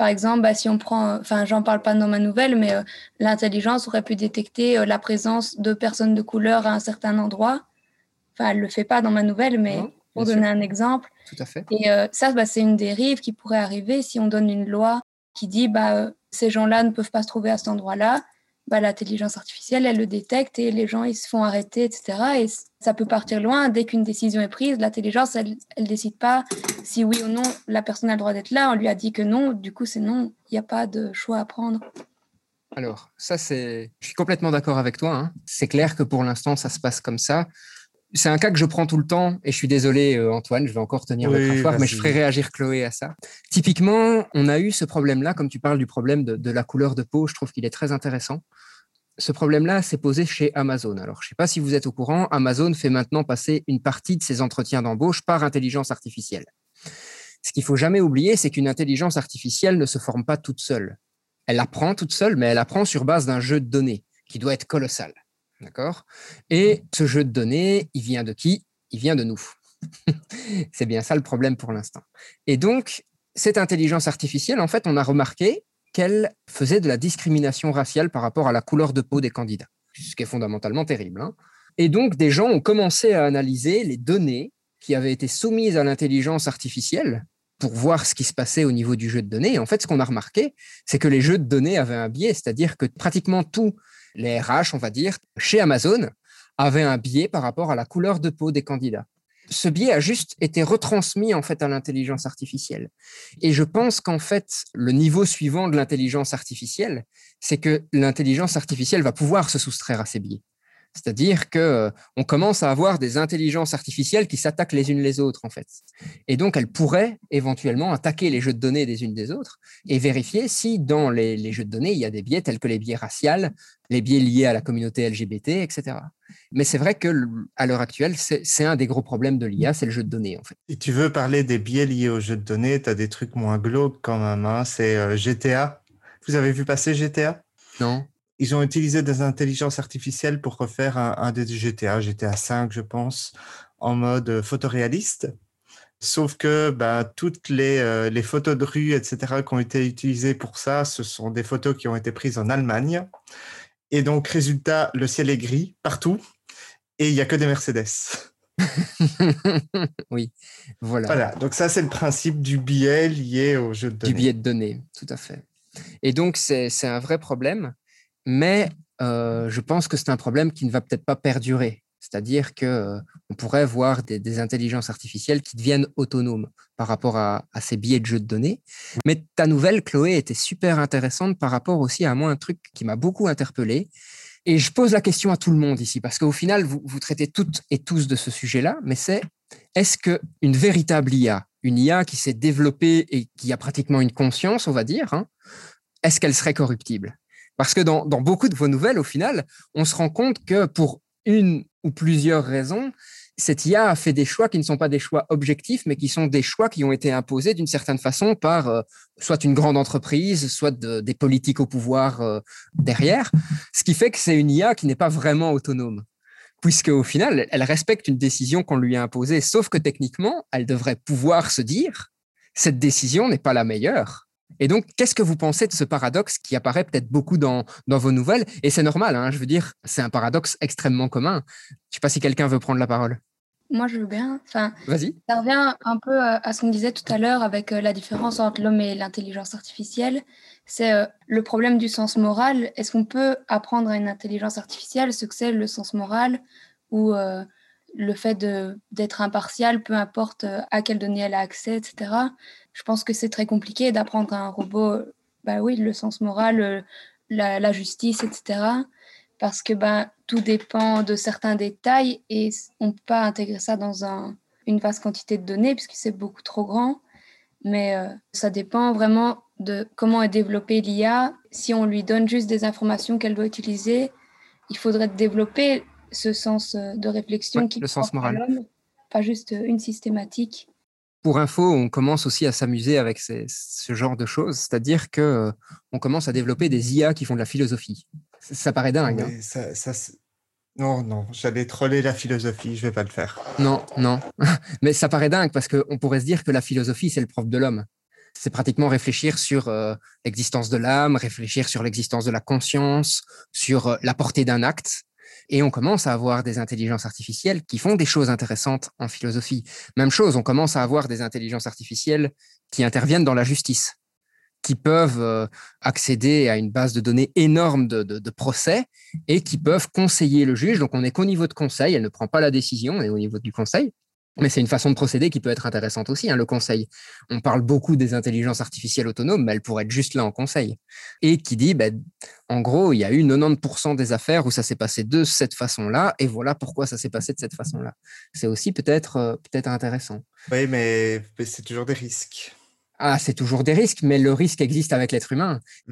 Par exemple, bah, si on prend, enfin, j'en parle pas dans ma nouvelle, mais euh, l'intelligence aurait pu détecter euh, la présence de personnes de couleur à un certain endroit. Enfin, elle le fait pas dans ma nouvelle, mais Non, pour bien donner sûr. un exemple. Tout à fait. Et euh, ça, bah, c'est une dérive qui pourrait arriver si on donne une loi qui dit bah, euh, ces gens-là ne peuvent pas se trouver à cet endroit-là. Bah, l'intelligence artificielle, elle le détecte et les gens, ils se font arrêter, et cetera. Et ça peut partir loin. Dès qu'une décision est prise, l'intelligence, elle ne décide pas si oui ou non la personne a le droit d'être là. On lui a dit que non, du coup, c'est non. Il n'y a pas de choix à prendre. Alors, ça, c'est... Je suis complètement d'accord avec toi. Hein. C'est clair que pour l'instant, ça se passe comme ça. C'est un cas que je prends tout le temps et je suis désolé, euh, Antoine, je vais encore tenir Oui, le crachoir, vas-y. mais je ferai réagir Chloé à ça. Typiquement, on a eu ce problème-là, comme tu parles du problème de, de la couleur de peau, je trouve qu'il est très intéressant. Ce problème-là s'est posé chez Amazon. Alors, je ne sais pas si vous êtes au courant, Amazon fait maintenant passer une partie de ses entretiens d'embauche par intelligence artificielle. Ce qu'il ne faut jamais oublier, c'est qu'une intelligence artificielle ne se forme pas toute seule. Elle apprend toute seule, mais elle apprend sur base d'un jeu de données qui doit être colossal. D'accord ? Et ce jeu de données, il vient de qui ? Il vient de nous. C'est bien ça le problème pour l'instant. Et donc, cette intelligence artificielle, en fait, on a remarqué qu'elle faisait de la discrimination raciale par rapport à la couleur de peau des candidats, ce qui est fondamentalement terrible. Hein. Et donc, des gens ont commencé à analyser les données qui avaient été soumises à l'intelligence artificielle pour voir ce qui se passait au niveau du jeu de données. Et en fait, ce qu'on a remarqué, c'est que les jeux de données avaient un biais, c'est-à-dire que pratiquement tous les R H, on va dire, chez Amazon, avaient un biais par rapport à la couleur de peau des candidats. Ce biais a juste été retransmis en fait à l'intelligence artificielle. Et je pense qu'en fait, le niveau suivant de l'intelligence artificielle, c'est que l'intelligence artificielle va pouvoir se soustraire à ces biais. C'est-à-dire qu'on euh, commence à avoir des intelligences artificielles qui s'attaquent les unes les autres, en fait. Et donc, elles pourraient éventuellement attaquer les jeux de données des unes des autres et vérifier si dans les, les jeux de données, il y a des biais tels que les biais raciaux, les biais liés à la communauté L G B T, et cetera. Mais c'est vrai qu'à l'heure actuelle, c'est, c'est un des gros problèmes de l'I A, c'est le jeu de données, en fait. Si tu veux parler des biais liés aux jeux de données, tu as des trucs moins glauques quand même. Hein. C'est euh, G T A. Vous avez vu passer G T A ? Non. Ils ont utilisé des intelligences artificielles pour refaire un, un des G T A, G T A cinq, je pense, en mode photoréaliste. Sauf que bah, toutes les, euh, les photos de rue, et cetera, qui ont été utilisées pour ça, ce sont des photos qui ont été prises en Allemagne. Et donc, résultat, le ciel est gris partout et il n'y a que des Mercedes. Oui, voilà. Voilà, donc ça, c'est le principe du biais lié au jeu de données. Du biais de données, tout à fait. Et donc, c'est, c'est un vrai problème. Mais euh, je pense que c'est un problème qui ne va peut-être pas perdurer. C'est-à-dire qu'on euh, pourrait voir des, des intelligences artificielles qui deviennent autonomes par rapport à, à ces biais de jeux de données. Mais ta nouvelle, Chloé, était super intéressante par rapport aussi à moi, un truc qui m'a beaucoup interpellé. Et je pose la question à tout le monde ici, parce qu'au final, vous, vous traitez toutes et tous de ce sujet-là, mais c'est, est-ce qu'une véritable I A, une I A qui s'est développée et qui a pratiquement une conscience, on va dire, hein, est-ce qu'elle serait corruptible ? Parce que dans, dans beaucoup de vos nouvelles, au final, on se rend compte que pour une ou plusieurs raisons, cette I A a fait des choix qui ne sont pas des choix objectifs, mais qui sont des choix qui ont été imposés d'une certaine façon par euh, soit une grande entreprise, soit de, des politiques au pouvoir euh, derrière, ce qui fait que c'est une I A qui n'est pas vraiment autonome, puisque au final, elle respecte une décision qu'on lui a imposée, sauf que techniquement, elle devrait pouvoir se dire « cette décision n'est pas la meilleure ». Et donc, qu'est-ce que vous pensez de ce paradoxe qui apparaît peut-être beaucoup dans, dans vos nouvelles ? Et c'est normal, hein, je veux dire, c'est un paradoxe extrêmement commun. Je ne sais pas si quelqu'un veut prendre la parole. Moi, je veux bien. Enfin, Vas-y. Ça revient un peu à ce qu'on disait tout à l'heure avec la différence entre l'homme et l'intelligence artificielle. C'est le problème du sens moral. Est-ce qu'on peut apprendre à une intelligence artificielle ce que c'est le sens moral ou euh, le fait de, d'être impartial, peu importe à quelles données elle a accès, et cetera. Je pense que c'est très compliqué d'apprendre à un robot, bah oui, le sens moral, la, la justice, et cetera. Parce que bah, tout dépend de certains détails et on ne peut pas intégrer ça dans un, une vaste quantité de données puisque c'est beaucoup trop grand. Mais euh, ça dépend vraiment de comment est développée l'I A. Si on lui donne juste des informations qu'elle doit utiliser, il faudrait développer ce sens de réflexion ouais, qui le sens moral. à l'homme, pas juste une systématique. Pour info, on commence aussi à s'amuser avec ces, ce genre de choses, c'est-à-dire qu'on euh, commence à développer des I A qui font de la philosophie. Ça, ça paraît dingue. Hein. Ça, ça, non, non, j'allais troller la philosophie, je ne vais pas le faire. Non, non. Mais ça paraît dingue parce qu'on pourrait se dire que la philosophie, c'est le propre de l'homme. C'est pratiquement réfléchir sur euh, l'existence de l'âme, réfléchir sur l'existence de la conscience, sur euh, la portée d'un acte. Et on commence à avoir des intelligences artificielles qui font des choses intéressantes en philosophie. Même chose, on commence à avoir des intelligences artificielles qui interviennent dans la justice, qui peuvent euh, accéder à une base de données énorme de, de, de procès et qui peuvent conseiller le juge. Donc, on n'est qu'au niveau de conseil, elle ne prend pas la décision, on est au niveau du conseil. Mais c'est une façon de procéder qui peut être intéressante aussi, hein, le conseil. On parle beaucoup des intelligences artificielles autonomes, mais elles pourraient être juste là en conseil. Et qui dit, ben, en gros, il y a eu quatre-vingt-dix pour cent des affaires où ça s'est passé de cette façon-là, et voilà pourquoi ça s'est passé de cette façon-là. C'est aussi peut-être euh, peut-être intéressant. Oui, mais, mais c'est toujours des risques. Ah, c'est toujours des risques, mais le risque existe avec l'être humain. Laurent ?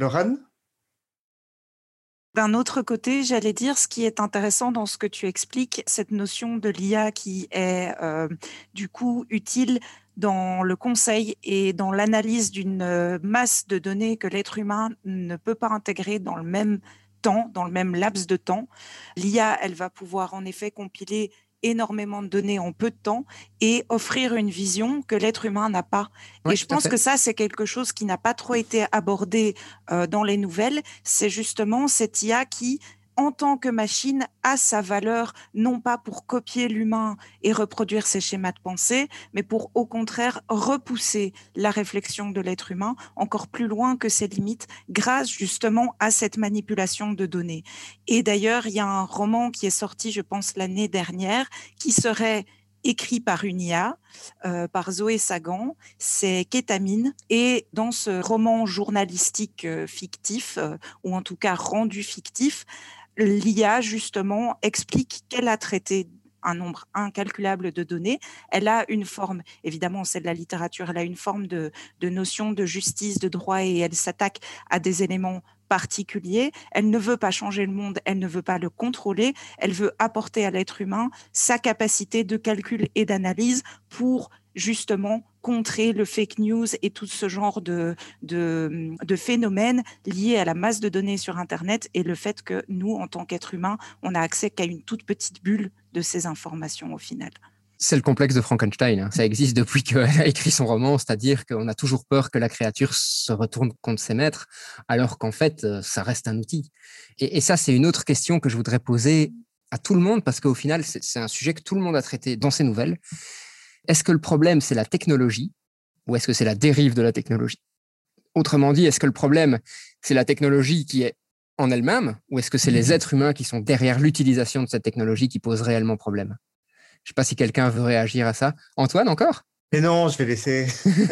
D'un autre côté, j'allais dire, ce qui est intéressant dans ce que tu expliques, cette notion de l'I A qui est euh, du coup utile dans le conseil et dans l'analyse d'une masse de données que l'être humain ne peut pas intégrer dans le même temps, dans le même laps de temps. L'I A, elle va pouvoir en effet compiler énormément de données en peu de temps et offrir une vision que l'être humain n'a pas. Oui, et je pense que ça, c'est quelque chose qui n'a pas trop été abordé euh, dans les nouvelles. C'est justement cette I A qui, en tant que machine, a sa valeur, non pas pour copier l'humain et reproduire ses schémas de pensée, mais pour, au contraire, repousser la réflexion de l'être humain encore plus loin que ses limites, grâce justement à cette manipulation de données. Et d'ailleurs, il y a un roman qui est sorti, je pense, l'année dernière, qui serait écrit par une I A, euh, par Zoé Sagan, c'est Kétamine. Et dans ce roman journalistique euh, fictif, euh, ou en tout cas rendu fictif, l'I A, justement, explique qu'elle a traité un nombre incalculable de données. Elle a une forme, évidemment, c'est de la littérature, elle a une forme de, de notion de justice, de droit, et elle s'attaque à des éléments particulier. Elle ne veut pas changer le monde, elle ne veut pas le contrôler, elle veut apporter à l'être humain sa capacité de calcul et d'analyse pour justement contrer le fake news et tout ce genre de, de, de phénomènes liés à la masse de données sur Internet et le fait que nous, en tant qu'êtres humains, on n'a accès qu'à une toute petite bulle de ces informations au final. C'est le complexe de Frankenstein. Hein. Ça existe depuis qu'elle a écrit son roman, c'est-à-dire qu'on a toujours peur que la créature se retourne contre ses maîtres, alors qu'en fait, ça reste un outil. Et, et ça, c'est une autre question que je voudrais poser à tout le monde, parce qu'au final, c'est, c'est un sujet que tout le monde a traité dans ses nouvelles. Est-ce que le problème, c'est la technologie, ou est-ce que c'est la dérive de la technologie ? Autrement dit, est-ce que le problème, c'est la technologie qui est en elle-même, ou est-ce que c'est les êtres humains qui sont derrière l'utilisation de cette technologie qui posent réellement problème ? Je ne sais pas si quelqu'un veut réagir à ça. Antoine, encore ? Mais non, je vais laisser.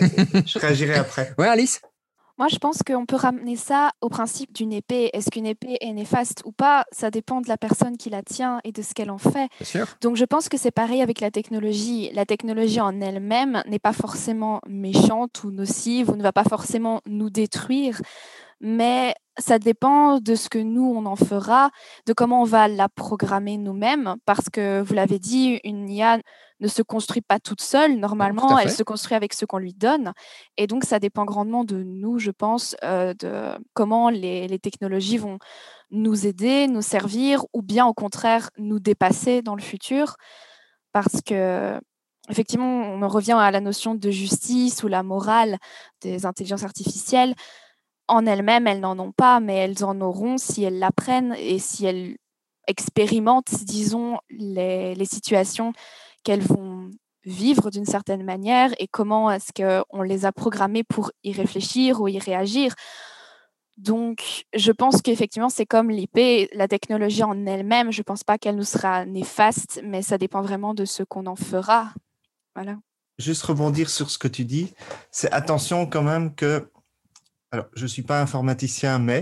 Je réagirai après. Ouais, Alice ? Moi, je pense qu'on peut ramener ça au principe d'une épée. Est-ce qu'une épée est néfaste ou pas ? Ça dépend de la personne qui la tient et de ce qu'elle en fait. Bien sûr. Donc, je pense que c'est pareil avec la technologie. La technologie en elle-même n'est pas forcément méchante ou nocive ou ne va pas forcément nous détruire. Mais ça dépend de ce que nous, on en fera, de comment on va la programmer nous-mêmes, parce que, vous l'avez dit, une I A ne se construit pas toute seule. Normalement, elle se construit avec ce qu'on lui donne. Et donc, ça dépend grandement de nous, je pense, euh, de comment les, les technologies vont nous aider, nous servir, ou bien, au contraire, nous dépasser dans le futur. Parce que, effectivement, on en revient à la notion de justice ou la morale des intelligences artificielles. En elles-mêmes, elles n'en ont pas, mais elles en auront si elles l'apprennent et si elles expérimentent, disons, les, les situations qu'elles vont vivre d'une certaine manière et comment est-ce qu'on les a programmées pour y réfléchir ou y réagir. Donc, je pense qu'effectivement, c'est comme l'I P, la technologie en elle-même, je ne pense pas qu'elle nous sera néfaste, mais ça dépend vraiment de ce qu'on en fera. Voilà. Juste rebondir sur ce que tu dis, c'est attention quand même que... Alors, je ne suis pas informaticien, mais...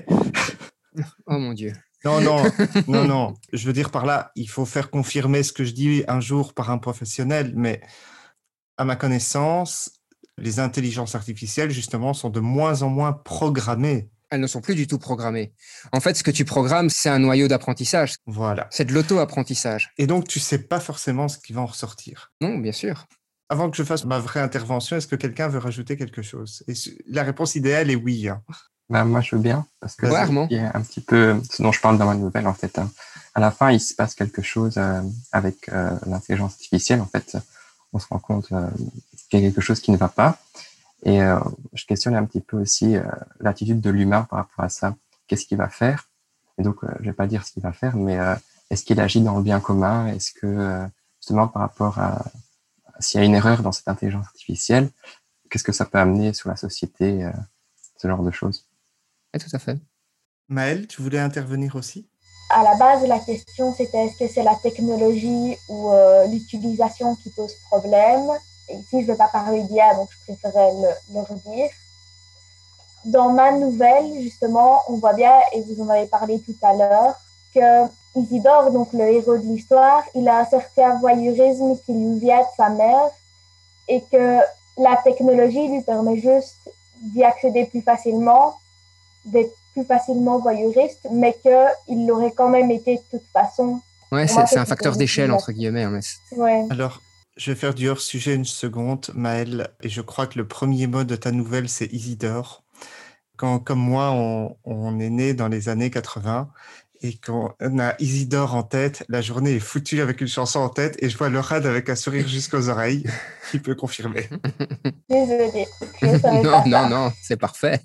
Oh mon Dieu. Non, non, non, non. Je veux dire par là, il faut faire confirmer ce que je dis un jour par un professionnel, mais à ma connaissance, les intelligences artificielles, justement, sont de moins en moins programmées. Elles ne sont plus du tout programmées. En fait, ce que tu programmes, c'est un noyau d'apprentissage. Voilà. C'est de l'auto-apprentissage. Et donc, tu ne sais pas forcément ce qui va en ressortir. Non, bien sûr. Avant que je fasse ma vraie intervention, est-ce que quelqu'un veut rajouter quelque chose ? Et la réponse idéale est oui. Hein. Ben, moi, je veux bien, parce que ouais, c'est un petit peu ce dont je parle dans ma nouvelle, en fait. Hein. À la fin, il se passe quelque chose euh, avec euh, l'intelligence artificielle, en fait. On se rend compte euh, qu'il y a quelque chose qui ne va pas. Et euh, je questionne un petit peu aussi euh, l'attitude de l'humain par rapport à ça. Qu'est-ce qu'il va faire? Et donc, euh, je vais pas dire ce qu'il va faire, mais euh, est-ce qu'il agit dans le bien commun? Est-ce que, euh, justement, par rapport à, à s'il y a une erreur dans cette intelligence artificielle, qu'est-ce que ça peut amener sur la société, euh, ce genre de choses? Oui, tout à fait. Maëlle, tu voulais intervenir aussi? À la base, la question, c'était est-ce que c'est la technologie ou euh, l'utilisation qui pose problème? Et ici, je ne vais pas parler d'I A, donc je préférais le, le redire. Dans ma nouvelle, justement, on voit bien, et vous en avez parlé tout à l'heure, que Isidore, donc le héros de l'histoire, il a un certain voyeurisme qui lui vient de sa mère et que la technologie lui permet juste d'y accéder plus facilement, d'être plus facilement voyeuriste, mais qu'il l'aurait quand même été de toute façon. Ouais, c'est, c'est un facteur d'échelle, entre guillemets. Hein, mais ouais. Alors, je vais faire du hors-sujet une seconde, Maëlle, et je crois que le premier mot de ta nouvelle, c'est Isidore. Quand, comme moi, on, on est né dans les années quatre-vingts, et qu'on a Isidore en tête, la journée est foutue avec une chanson en tête, et je vois Laurent avec un sourire jusqu'aux oreilles, qui peut confirmer. Désolée. Non, non, non, c'est parfait.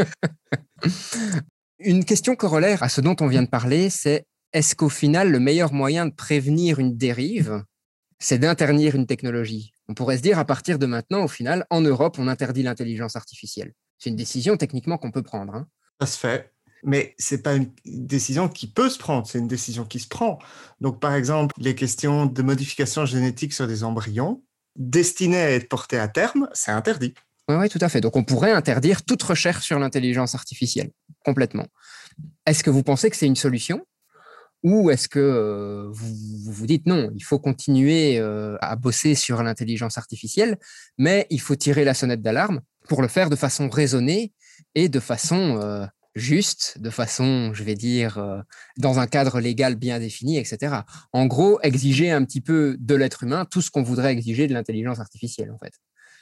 Une question corollaire à ce dont on vient de parler, c'est est-ce qu'au final, le meilleur moyen de prévenir une dérive, c'est d'interdire une technologie? On pourrait se dire, à partir de maintenant, au final, en Europe, on interdit l'intelligence artificielle. C'est une décision techniquement qu'on peut prendre. Hein. Ça se fait, mais ce n'est pas une décision qui peut se prendre, c'est une décision qui se prend. Donc, par exemple, les questions de modification génétique sur des embryons, destinées à être portées à terme, c'est interdit. Oui, oui, tout à fait. Donc, on pourrait interdire toute recherche sur l'intelligence artificielle, complètement. Est-ce que vous pensez que c'est une solution? Ou est-ce que euh, vous, vous vous dites non, il faut continuer euh, à bosser sur l'intelligence artificielle, mais il faut tirer la sonnette d'alarme pour le faire de façon raisonnée et de façon euh, juste, de façon, je vais dire, euh, dans un cadre légal bien défini, et cetera. En gros, exiger un petit peu de l'être humain tout ce qu'on voudrait exiger de l'intelligence artificielle, en fait.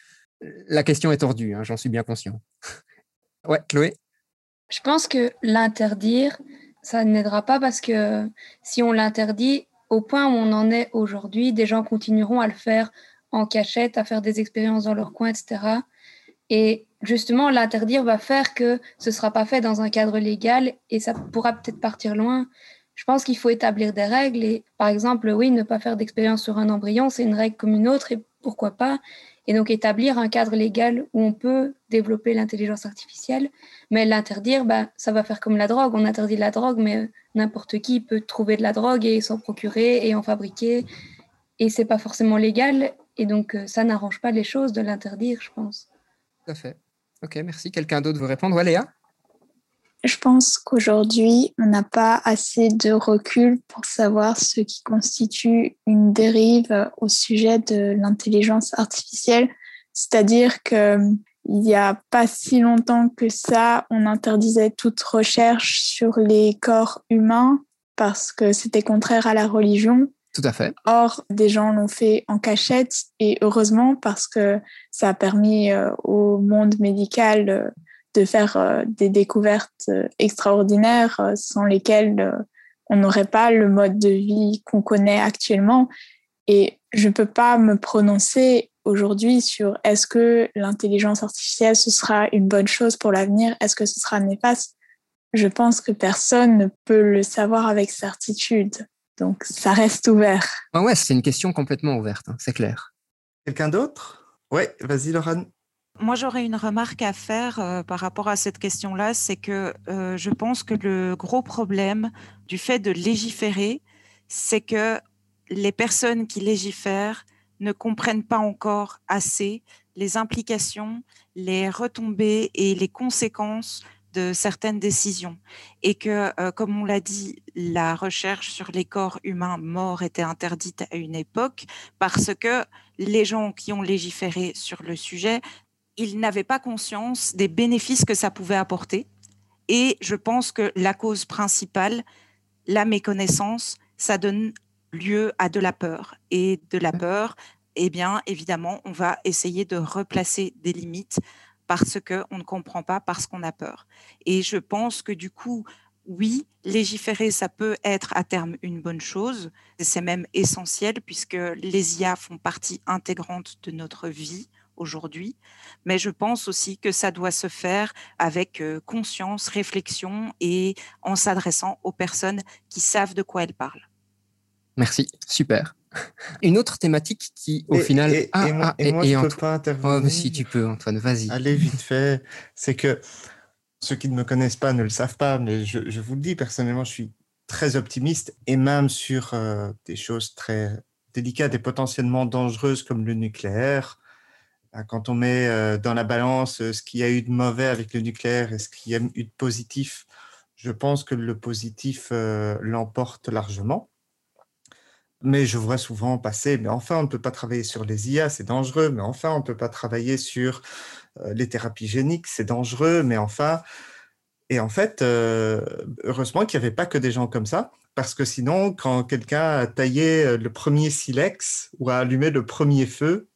La question est tordue, hein, j'en suis bien conscient. Ouais, Chloé? Je pense que l'interdire, ça n'aidera pas parce que si on l'interdit, au point où on en est aujourd'hui, des gens continueront à le faire en cachette, à faire des expériences dans leur coin, et cetera. Et justement, l'interdire va faire que ce ne sera pas fait dans un cadre légal et ça pourra peut-être partir loin. Je pense qu'il faut établir des règles et, par exemple, oui, ne pas faire d'expérience sur un embryon, c'est une règle comme une autre et pourquoi pas. Et donc, établir un cadre légal où on peut développer l'intelligence artificielle, mais l'interdire, bah, ça va faire comme la drogue. On interdit la drogue, mais n'importe qui peut trouver de la drogue et s'en procurer et en fabriquer. Et ce n'est pas forcément légal. Et donc, ça n'arrange pas les choses de l'interdire, je pense. Tout à fait. Ok, merci. Quelqu'un d'autre veut répondre? Ouais, Léa? Je pense qu'aujourd'hui, on n'a pas assez de recul pour savoir ce qui constitue une dérive au sujet de l'intelligence artificielle. C'est-à-dire qu'il n'y a pas si longtemps que ça, on interdisait toute recherche sur les corps humains parce que c'était contraire à la religion. Tout à fait. Or, des gens l'ont fait en cachette et heureusement parce que ça a permis euh, au monde médical euh, de faire euh, des découvertes euh, extraordinaires euh, sans lesquelles euh, on n'aurait pas le mode de vie qu'on connaît actuellement. Et je ne peux pas me prononcer aujourd'hui sur est-ce que l'intelligence artificielle, ce sera une bonne chose pour l'avenir, est-ce que ce sera néfaste. Je pense que personne ne peut le savoir avec certitude. Donc, ça reste ouvert. Ah ouais, c'est une question complètement ouverte, hein, c'est clair. Quelqu'un d'autre? Oui, vas-y, Laurent. Moi, j'aurais une remarque à faire euh, par rapport à cette question-là, c'est que euh, je pense que le gros problème du fait de légiférer, c'est que les personnes qui légifèrent ne comprennent pas encore assez les implications, les retombées et les conséquences de certaines décisions. Et que, euh, comme on l'a dit, la recherche sur les corps humains morts était interdite à une époque parce que les gens qui ont légiféré sur le sujet, ils n'avaient pas conscience des bénéfices que ça pouvait apporter. Et je pense que la cause principale, la méconnaissance, ça donne lieu à de la peur. Et de la peur, eh bien, évidemment, on va essayer de replacer des limites parce qu'on ne comprend pas, parce qu'on a peur. Et je pense que du coup, oui, légiférer, ça peut être à terme une bonne chose. C'est même essentiel puisque les I A font partie intégrante de notre vie aujourd'hui, mais je pense aussi que ça doit se faire avec euh, conscience, réflexion et en s'adressant aux personnes qui savent de quoi elles parlent. Merci, super. Une autre thématique qui, au et, final... Et, ah, et moi, ah, et moi et je ne Anto... peux pas intervenir. Oh, si tu peux, Antoine, vas-y. Allez, vite fait. C'est que ceux qui ne me connaissent pas ne le savent pas, mais je, je vous le dis, personnellement, je suis très optimiste, et même sur euh, des choses très délicates et potentiellement dangereuses comme le nucléaire. Quand on met euh, dans la balance euh, ce qu'il y a eu de mauvais avec le nucléaire et ce qu'il y a eu de positif, je pense que le positif euh, l'emporte largement. Mais je vois souvent passer, mais enfin, on ne peut pas travailler sur les I A, c'est dangereux, mais enfin, on ne peut pas travailler sur euh, les thérapies géniques, c'est dangereux, mais enfin... Et en fait, euh, heureusement qu'il n'y avait pas que des gens comme ça, parce que sinon, quand quelqu'un a taillé le premier silex ou a allumé le premier feu,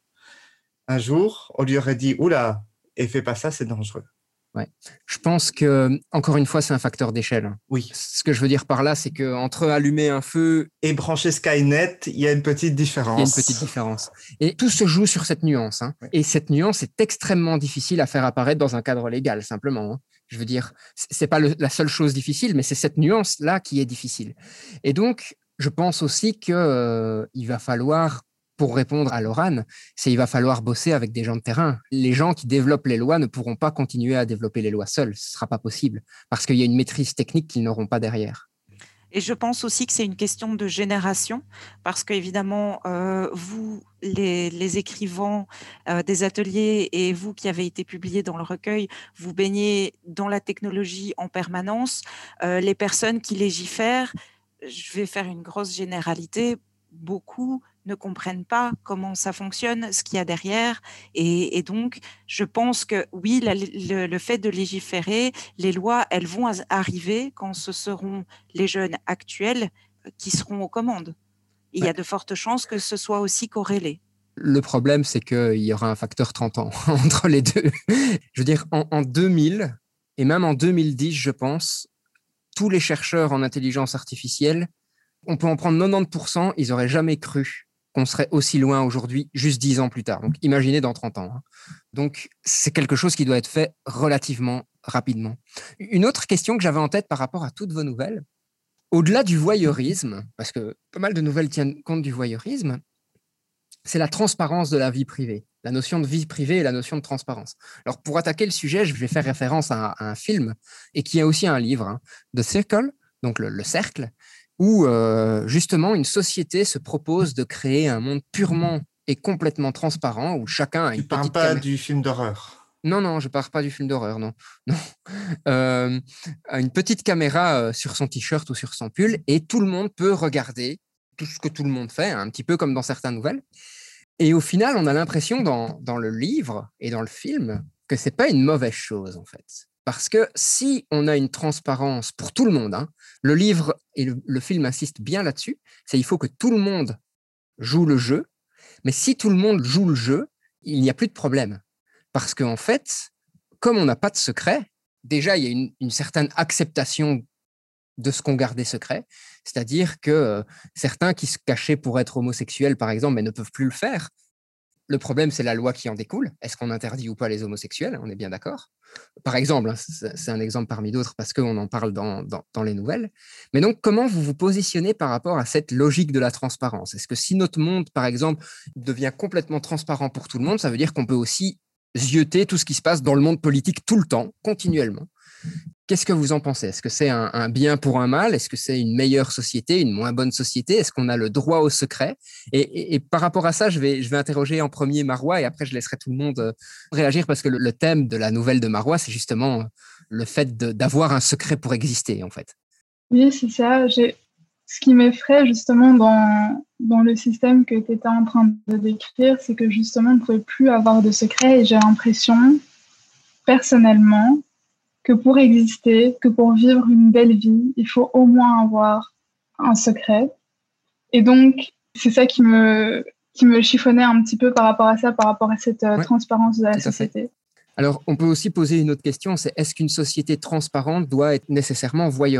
un jour, on lui aurait dit « Oula, et fais pas ça, c'est dangereux ». Ouais. Je pense que, encore une fois, c'est un facteur d'échelle. Oui. Ce que je veux dire par là, c'est qu'entre allumer un feu... Et brancher Skynet, il y a une petite différence. Il y a une petite différence. Et tout se joue sur cette nuance. Hein. Oui. Et cette nuance est extrêmement difficile à faire apparaître dans un cadre légal, simplement. Hein. Je veux dire, c'est pas le, la seule chose difficile, mais c'est cette nuance-là qui est difficile. Et donc, je pense aussi qu'il euh, va falloir... Pour répondre à Laurane, c'est qu'il va falloir bosser avec des gens de terrain. Les gens qui développent les lois ne pourront pas continuer à développer les lois seuls. Ce ne sera pas possible parce qu'il y a une maîtrise technique qu'ils n'auront pas derrière. Et je pense aussi que c'est une question de génération parce qu'évidemment, euh, vous, les, les écrivains euh, des ateliers et vous qui avez été publiés dans le recueil, vous baignez dans la technologie en permanence. Euh, les personnes qui légifèrent, je vais faire une grosse généralité, beaucoup ne comprennent pas comment ça fonctionne, ce qu'il y a derrière. Et, et donc, je pense que oui, la, le, le fait de légiférer, les lois, elles vont arriver quand ce seront les jeunes actuels qui seront aux commandes. Il ouais. y a de fortes chances que ce soit aussi corrélé. Le problème, c'est qu'il y aura un facteur trente ans entre les deux. Je veux dire, en, en deux mille, et même en deux mille dix, je pense, tous les chercheurs en intelligence artificielle, on peut en prendre quatre-vingt-dix pour cent, ils n'auraient jamais cru qu'on serait aussi loin aujourd'hui, juste dix ans plus tard. Donc, imaginez dans trente ans. Hein. Donc, c'est quelque chose qui doit être fait relativement rapidement. Une autre question que j'avais en tête par rapport à toutes vos nouvelles, au-delà du voyeurisme, parce que pas mal de nouvelles tiennent compte du voyeurisme, c'est la transparence de la vie privée, la notion de vie privée et la notion de transparence. Alors, pour attaquer le sujet, je vais faire référence à, à un film et qui a aussi un livre, hein, The Circle, donc le, le cercle, où euh, justement une société se propose de créer un monde purement et complètement transparent où chacun a tu une parles petite pas caméra. Du film d'horreur. Non, non, je ne parle pas du film d'horreur, non. non. Euh, une petite caméra euh, sur son t-shirt ou sur son pull et tout le monde peut regarder tout ce que tout le monde fait, hein, un petit peu comme dans certaines nouvelles. Et au final, on a l'impression dans, dans le livre et dans le film que ce n'est pas une mauvaise chose, en fait. Parce que si on a une transparence pour tout le monde, hein, le livre et le, le film insistent bien là-dessus, c'est qu'il faut que tout le monde joue le jeu, mais si tout le monde joue le jeu, il n'y a plus de problème. Parce qu'en fait, comme on n'a pas de secret, déjà, il y a une, une certaine acceptation de ce qu'on gardait secret, c'est-à-dire que euh, certains qui se cachaient pour être homosexuels, par exemple, mais ne peuvent plus le faire. Le problème, c'est la loi qui en découle. Est-ce qu'on interdit ou pas les homosexuels ? On est bien d'accord. Par exemple, hein, c'est un exemple parmi d'autres parce qu'on en parle dans, dans, dans les nouvelles. Mais donc, comment vous vous positionnez par rapport à cette logique de la transparence ? Est-ce que si notre monde, par exemple, devient complètement transparent pour tout le monde, ça veut dire qu'on peut aussi zioter tout ce qui se passe dans le monde politique tout le temps, continuellement ? Qu'est-ce que vous en pensez ? Est-ce que c'est un, un bien pour un mal ? Est-ce que c'est une meilleure société, une moins bonne société ? Est-ce qu'on a le droit au secret ? et, et, et par rapport à ça, je vais, je vais interroger en premier Marois et après, je laisserai tout le monde réagir parce que le, le thème de la nouvelle de Marois, c'est justement le fait de, d'avoir un secret pour exister, en fait. Oui, c'est ça. J'ai... Ce qui m'effraie justement dans, dans le système que tu étais en train de décrire, c'est que justement, on ne pouvait plus avoir de secret et j'ai l'impression, personnellement, que pour exister, que pour vivre une belle vie, il faut au moins avoir un secret. Et donc, c'est ça qui me, qui me chiffonnait un petit peu par rapport à ça, par rapport à cette ouais, transparence de la société. Alors, on peut aussi poser une autre question, c'est est-ce qu'une société transparente doit être nécessairement voyeuriste ?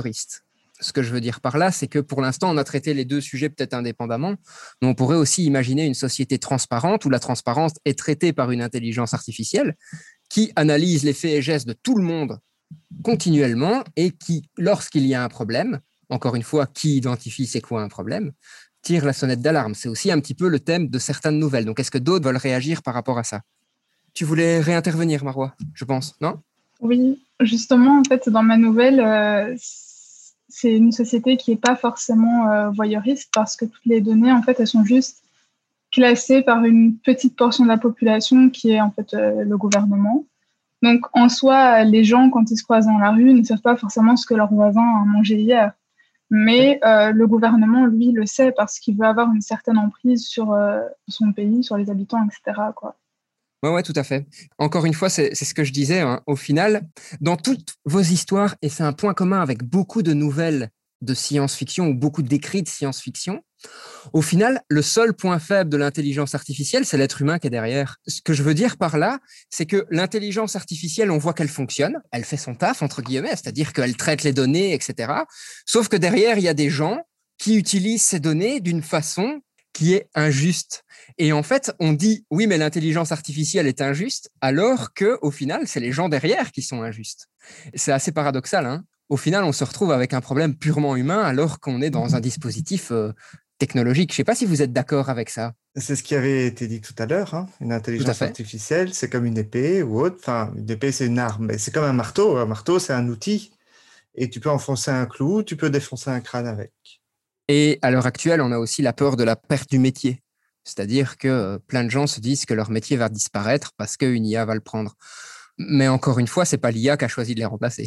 Ce que je veux dire par là, c'est que pour l'instant, on a traité les deux sujets peut-être indépendamment, mais on pourrait aussi imaginer une société transparente où la transparence est traitée par une intelligence artificielle qui analyse les faits et gestes de tout le monde continuellement et qui, lorsqu'il y a un problème, encore une fois, qui identifie c'est quoi un problème, tire la sonnette d'alarme. C'est aussi un petit peu le thème de certaines nouvelles. Donc, est-ce que d'autres veulent réagir par rapport à ça? Tu voulais réintervenir, Marois, je pense, non? Oui, justement, en fait, dans ma nouvelle, euh, c'est une société qui n'est pas forcément euh, voyeuriste parce que toutes les données, en fait, elles sont juste classées par une petite portion de la population qui est en fait euh, le gouvernement. Donc, en soi, les gens, quand ils se croisent dans la rue, ne savent pas forcément ce que leur voisin a mangé hier. Mais euh, le gouvernement, lui, le sait parce qu'il veut avoir une certaine emprise sur euh, son pays, sur les habitants, et cetera, quoi. Oui, ouais, tout à fait. Encore une fois, c'est, c'est ce que je disais. Hein. Au final, dans toutes vos histoires, et c'est un point commun avec beaucoup de nouvelles de science-fiction ou beaucoup d'écrits de science-fiction, au final, le seul point faible de l'intelligence artificielle, c'est l'être humain qui est derrière. Ce que je veux dire par là, c'est que l'intelligence artificielle, on voit qu'elle fonctionne, elle fait son taf, entre guillemets, c'est-à-dire qu'elle traite les données, et cetera. Sauf que derrière, il y a des gens qui utilisent ces données d'une façon qui est injuste. Et en fait, on dit, oui, mais l'intelligence artificielle est injuste, alors qu'au final, c'est les gens derrière qui sont injustes. C'est assez paradoxal, hein. Au final, on se retrouve avec un problème purement humain, alors qu'on est dans un dispositif euh, technologique. Je ne sais pas si vous êtes d'accord avec ça. C'est ce qui avait été dit tout à l'heure, hein. Une intelligence artificielle, c'est comme une épée ou autre. Enfin, une épée, c'est une arme, mais c'est comme un marteau. Un marteau, c'est un outil. Et tu peux enfoncer un clou, tu peux défoncer un crâne avec. Et à l'heure actuelle, on a aussi la peur de la perte du métier. C'est-à-dire que plein de gens se disent que leur métier va disparaître parce qu'une I A va le prendre. Mais encore une fois, ce n'est pas l'I A qui a choisi de les remplacer.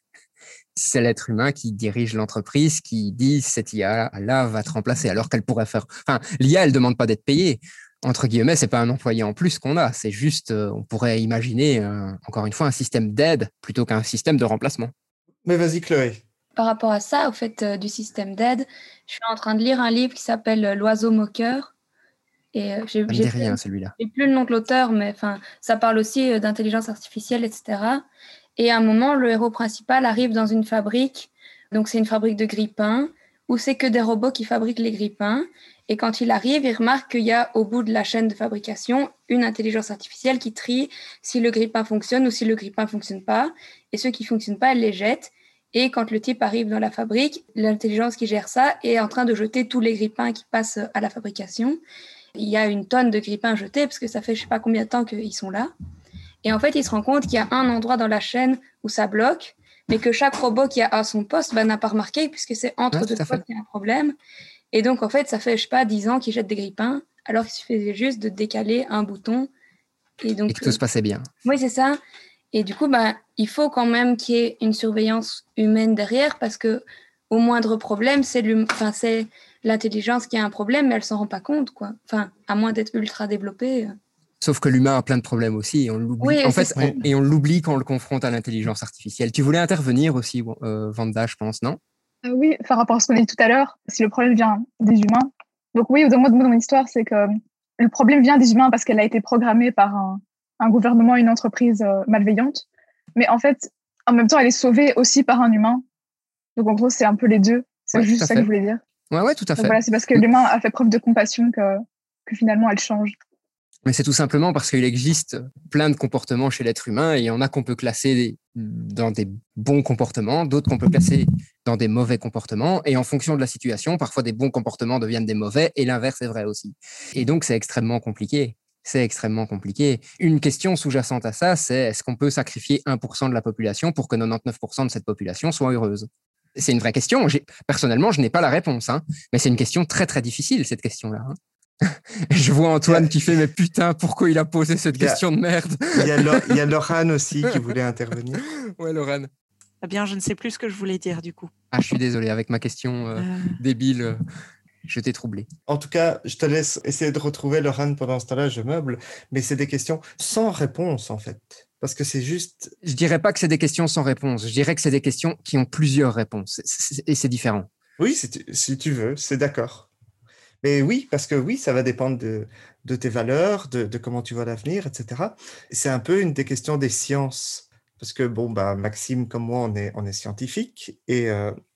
C'est l'être humain qui dirige l'entreprise, qui dit cette I A-là va te remplacer, alors qu'elle pourrait faire... Enfin, l'I A, elle ne demande pas d'être payée. Entre guillemets, ce n'est pas un employé en plus qu'on a. C'est juste, euh, on pourrait imaginer, euh, encore une fois, un système d'aide plutôt qu'un système de remplacement. Mais vas-y, Chloé. Par rapport à ça, au fait euh, du système d'aide, je suis en train de lire un livre qui s'appelle euh, L'oiseau moqueur. Et euh, j'ai, Ça me j'ai dit plus, rien, celui-là. j'ai plus le nom de l'auteur, mais enfin, ça parle aussi euh, d'intelligence artificielle, et cetera. Et à un moment, le héros principal arrive dans une fabrique, donc c'est une fabrique de grille-pain, où c'est que des robots qui fabriquent les grille-pains. Et quand il arrive, il remarque qu'il y a au bout de la chaîne de fabrication une intelligence artificielle qui trie si le grille-pain fonctionne ou si le grille-pain ne fonctionne pas. Et ceux qui ne fonctionnent pas, elle les jette. Et quand le type arrive dans la fabrique, l'intelligence qui gère ça est en train de jeter tous les grille-pains qui passent à la fabrication. Il y a une tonne de grille-pains jetés, parce que ça fait je ne sais pas combien de temps qu'ils sont là. Et en fait, il se rend compte qu'il y a un endroit dans la chaîne où ça bloque, mais que chaque robot qui a à son poste bah, n'a pas remarqué, puisque c'est entre Ouais, deux tout à postes fait. qu'il y a un problème. Et donc, en fait, ça fait, je sais pas, dix ans qu'il jette des grille-pains, alors qu'il suffisait juste de décaler un bouton. Et, donc, Et que tout se passait bien. euh, oui, c'est ça. Et du coup, bah, il faut quand même qu'il y ait une surveillance humaine derrière, parce que au moindre problème, c'est, l'hum... enfin, c'est l'intelligence qui a un problème, mais elle s'en rend pas compte, quoi. Enfin, à moins d'être ultra développée. Sauf que l'humain a plein de problèmes aussi, et on l'oublie. Oui, en c'est fait, ça. on, et on l'oublie quand on le confronte à l'intelligence artificielle. Tu voulais intervenir aussi, euh, Vanda, je pense, non? Euh, oui, par rapport à ce qu'on a dit tout à l'heure, si le problème vient des humains. Donc oui, au moins de mon histoire, c'est que le problème vient des humains parce qu'elle a été programmée par un, un gouvernement, une entreprise euh, malveillante. Mais en fait, en même temps, elle est sauvée aussi par un humain. Donc en gros, c'est un peu les deux. C'est Ouais, juste tout à ça fait. que je voulais dire. Ouais, ouais, tout à Donc fait. voilà, c'est parce que l'humain a fait preuve de compassion que, que finalement elle change. Mais c'est tout simplement parce qu'il existe plein de comportements chez l'être humain et il y en a qu'on peut classer dans des bons comportements, d'autres qu'on peut classer dans des mauvais comportements. Et en fonction de la situation, parfois des bons comportements deviennent des mauvais et l'inverse est vrai aussi. Et donc, c'est extrêmement compliqué. C'est extrêmement compliqué. Une question sous-jacente à ça, c'est est-ce qu'on peut sacrifier un pour cent de la population pour que quatre-vingt-dix-neuf pour cent de cette population soit heureuse? C'est une vraie question. J'ai, personnellement, je n'ai pas la réponse, hein, mais c'est une question très, très difficile, cette question-là. Hein. Je vois Antoine a... qui fait mais putain, pourquoi il a posé cette a... question de merde? Il y a, Lo- il y a Laurane aussi qui voulait intervenir. Ouais, Laurane. Eh bien, je ne sais plus ce que je voulais dire du coup. Ah, je suis désolé, avec ma question euh, euh... débile, euh, je t'ai troublé. En tout cas, je te laisse essayer de retrouver Laurane pendant ce temps-là, je meuble, mais c'est des questions sans réponse en fait. Parce que c'est juste... Je dirais pas que c'est des questions sans réponse, je dirais que c'est des questions qui ont plusieurs réponses, c'est, c'est, et c'est différent. Oui, si tu, si tu veux, c'est d'accord. Mais oui, parce que oui, ça va dépendre de, de tes valeurs, de, de comment tu vois l'avenir, et cetera. C'est un peu une des questions des sciences. Parce que, bon, bah, Maxime, comme moi, on est, on est scientifique. Et, euh,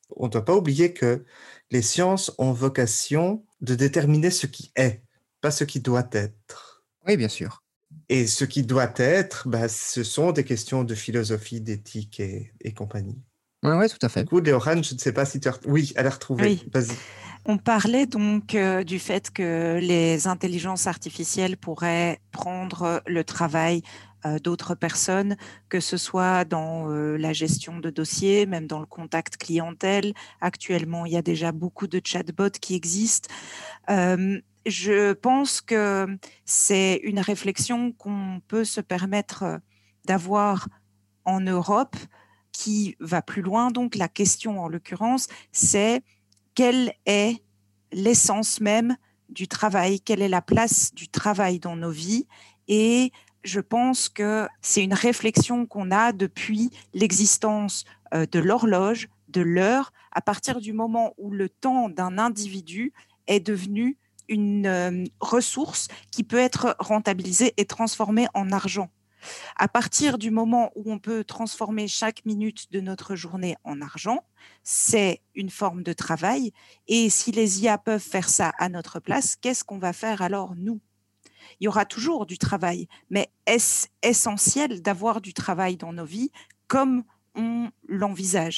On ne doit pas oublier que les sciences ont vocation de déterminer ce qui est, pas ce qui doit être. Oui, bien sûr. Et ce qui doit être, bah, ce sont des questions de philosophie, d'éthique et, et compagnie. Oui, ouais, tout à fait. Du coup, Léorane, je ne sais pas si tu as... Oui, elle a retrouvé. Oui. Vas-y. On parlait donc euh, du fait que les intelligences artificielles pourraient prendre le travail euh, d'autres personnes, que ce soit dans euh, la gestion de dossiers, même dans le contact clientèle. Actuellement, il y a déjà beaucoup de chatbots qui existent. Euh, je pense que c'est une réflexion qu'on peut se permettre d'avoir en Europe qui va plus loin. Donc, la question, en l'occurrence, c'est quelle est l'essence même du travail, quelle est la place du travail dans nos vies. Et je pense que c'est une réflexion qu'on a depuis l'existence euh, de l'horloge, de l'heure, à partir du moment où le temps d'un individu est devenu une euh, ressource qui peut être rentabilisée et transformée en argent. À partir du moment où on peut transformer chaque minute de notre journée en argent, c'est une forme de travail. Et si les I A peuvent faire ça à notre place, qu'est-ce qu'on va faire alors, nous ? Il y aura toujours du travail, mais est-ce essentiel d'avoir du travail dans nos vies comme on l'envisage ?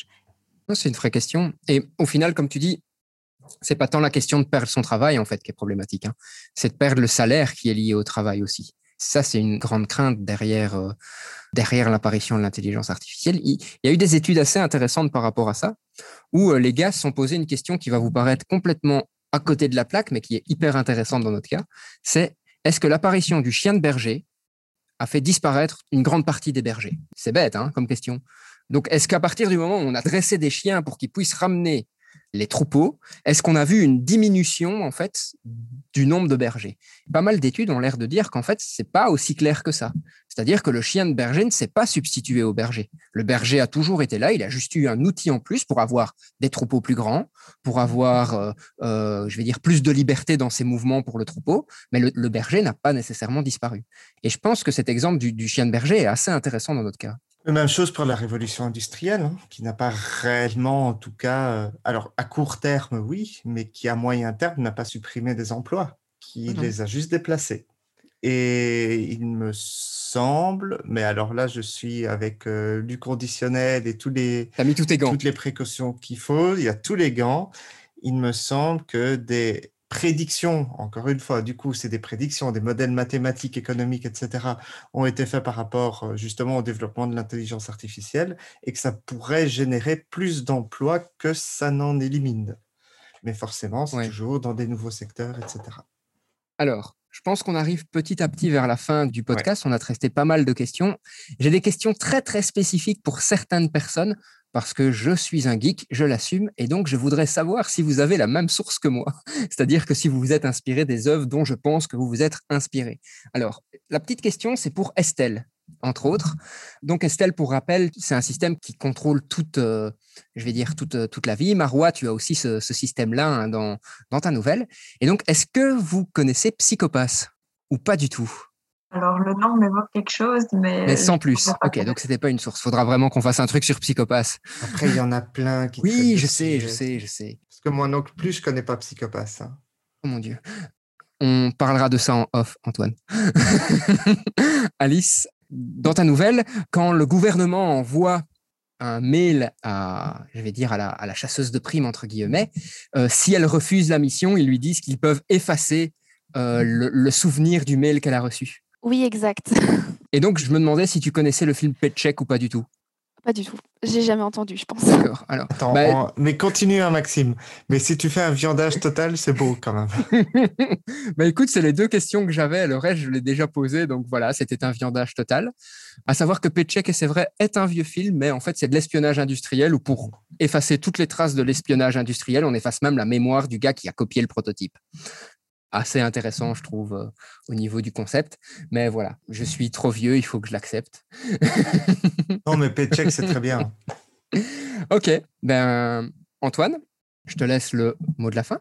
C'est une vraie question. Et au final, comme tu dis, c'est pas tant la question de perdre son travail, en fait, qui est problématique. Hein. C'est de perdre le salaire qui est lié au travail aussi. Ça, c'est une grande crainte derrière, euh, derrière l'apparition de l'intelligence artificielle. Il, il y a eu des études assez intéressantes par rapport à ça, où euh, les gars se sont posés une question qui va vous paraître complètement à côté de la plaque, mais qui est hyper intéressante dans notre cas. C'est, est-ce que l'apparition du chien de berger a fait disparaître une grande partie des bergers ? C'est bête, hein, comme question. Donc, est-ce qu'à partir du moment où on a dressé des chiens pour qu'ils puissent ramener les troupeaux, est-ce qu'on a vu une diminution en fait du nombre de bergers ? Pas mal d'études ont l'air de dire qu'en fait, c'est pas aussi clair que ça. C'est-à-dire que le chien de berger ne s'est pas substitué au berger. Le berger a toujours été là, il a juste eu un outil en plus pour avoir des troupeaux plus grands, pour avoir, euh, euh, je vais dire, plus de liberté dans ses mouvements pour le troupeau, mais le, le berger n'a pas nécessairement disparu. Et je pense que cet exemple du, du chien de berger est assez intéressant dans notre cas. Même chose pour la révolution industrielle, hein, qui n'a pas réellement, en tout cas, euh, alors à court terme, oui, mais qui à moyen terme n'a pas supprimé des emplois, qui Non. les a juste déplacés. Et il me semble, mais alors là, je suis avec euh, du conditionnel et tous les, T'as mis tous tes gants. toutes les précautions qu'il faut, il y a tous les gants. Il me semble que des prédictions, encore une fois, du coup, c'est des prédictions, des modèles mathématiques, économiques, et cetera, ont été faits par rapport justement au développement de l'intelligence artificielle et que ça pourrait générer plus d'emplois que ça n'en élimine. Mais forcément, c'est Ouais. toujours dans des nouveaux secteurs, et cetera. Alors, je pense qu'on arrive petit à petit vers la fin du podcast. Ouais. On a traité pas mal de questions. J'ai des questions très, très spécifiques pour certaines personnes parce que je suis un geek, je l'assume, et donc je voudrais savoir si vous avez la même source que moi, c'est-à-dire que si vous vous êtes inspiré des œuvres dont je pense que vous vous êtes inspiré. Alors, la petite question, c'est pour Estelle, entre autres. Donc, Estelle, pour rappel, c'est un système qui contrôle toute, euh, je vais dire, toute, toute la vie. Marois, tu as aussi ce, ce système-là hein, dans, dans ta nouvelle. Et donc, est-ce que vous connaissez Psycho-Pass ou pas du tout ? Alors, le nom m'évoque quelque chose, mais... Mais sans plus. Ok, donc c'était pas une source. Faudra vraiment qu'on fasse un truc sur Psycho-Pass. Après, il y en a plein qui... Oui, je sais, je sais, je sais. Parce que moi non plus, je connais pas Psycho-Pass. Hein. Oh mon Dieu. On parlera de ça en off, Antoine. Alice, dans ta nouvelle, quand le gouvernement envoie un mail à, je vais dire, à la, à la chasseuse de primes, entre guillemets, euh, si elle refuse la mission, ils lui disent qu'ils peuvent effacer euh, le, le souvenir du mail qu'elle a reçu. Oui, exact. Et donc, je me demandais si tu connaissais le film Paycheck ou pas du tout. Pas du tout. J'ai jamais entendu, je pense. D'accord. Alors, Attends, bah... on... mais continue, hein, Maxime. Mais si tu fais un viandage total, c'est beau quand même. bah écoute, c'est les deux questions que j'avais. Le reste, je l'ai déjà posé. Donc voilà, c'était un viandage total. À savoir que Paycheck, et c'est vrai, est un vieux film, mais en fait, c'est de l'espionnage industriel où pour effacer toutes les traces de l'espionnage industriel, on efface même la mémoire du gars qui a copié le prototype. Assez intéressant, je trouve, euh, au niveau du concept. Mais voilà, je suis trop vieux, il faut que je l'accepte. Non, mais Paycheck, c'est très bien. Ok, ben Antoine, je te laisse le mot de la fin.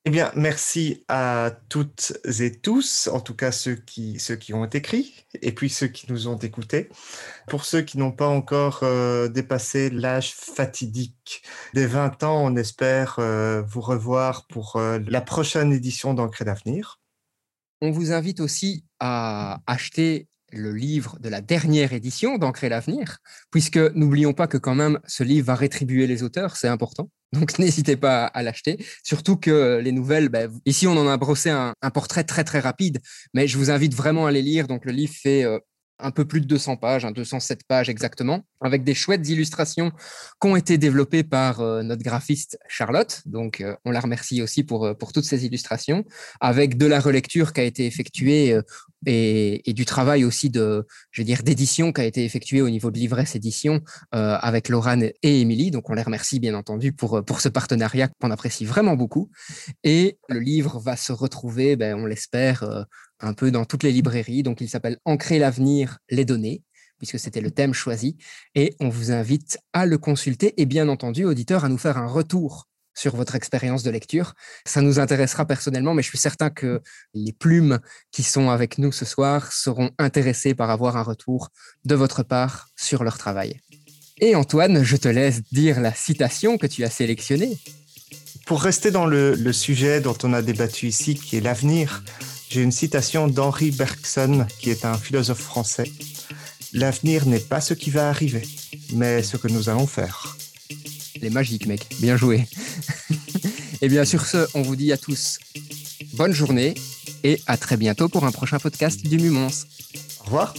Eh bien, merci à toutes et tous, en tout cas ceux qui, ceux qui ont écrit, et puis ceux qui nous ont écoutés. Pour ceux qui n'ont pas encore euh, dépassé l'âge fatidique des vingt ans, on espère euh, vous revoir pour euh, la prochaine édition d'Ancrer l'avenir. On vous invite aussi à acheter le livre de la dernière édition d'Ancrer l'avenir, puisque n'oublions pas que quand même ce livre va rétribuer les auteurs, c'est important. Donc n'hésitez pas à l'acheter, surtout que les nouvelles, ben, ici on en a brossé un, un portrait très très rapide, mais je vous invite vraiment à les lire. Donc le livre fait euh, un peu plus de deux cents pages, hein, deux cent sept pages exactement, avec des chouettes illustrations qui ont été développées par euh, notre graphiste Charlotte. Donc, euh, on la remercie aussi pour, euh, pour toutes ces illustrations, avec de la relecture qui a été effectuée euh, et, et du travail aussi de, je veux dire, d'édition qui a été effectué au niveau de l'Ivresse Édition euh, avec Laurane et Émilie. Donc, on les remercie bien entendu pour, pour ce partenariat qu'on apprécie vraiment beaucoup. Et le livre va se retrouver, ben, on l'espère, euh, un peu dans toutes les librairies. Donc, il s'appelle « Ancrer l'avenir, les données », puisque c'était le thème choisi. Et on vous invite à le consulter et bien entendu, auditeurs, à nous faire un retour sur votre expérience de lecture. Ça nous intéressera personnellement, mais je suis certain que les plumes qui sont avec nous ce soir seront intéressées par avoir un retour de votre part sur leur travail. Et Antoine, je te laisse dire la citation que tu as sélectionnée. Pour rester dans le, le sujet dont on a débattu ici, qui est l'avenir, j'ai une citation d'Henri Bergson, qui est un philosophe français. « L'avenir n'est pas ce qui va arriver, mais ce que nous allons faire. » Les magiques, mec. Bien joué. Et bien, sur ce, on vous dit à tous bonne journée et à très bientôt pour un prochain podcast du Mumons. Au revoir.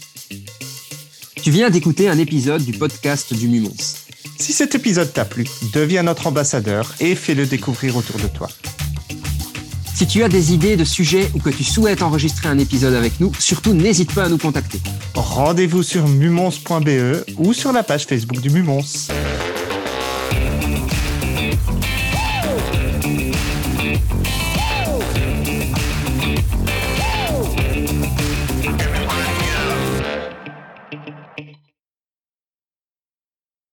Tu viens d'écouter un épisode du podcast du Mumons. Si cet épisode t'a plu, deviens notre ambassadeur et fais-le découvrir autour de toi. Si tu as des idées de sujets ou que tu souhaites enregistrer un épisode avec nous, surtout n'hésite pas à nous contacter. Rendez-vous sur mumons point b e ou sur la page Facebook du Mumons.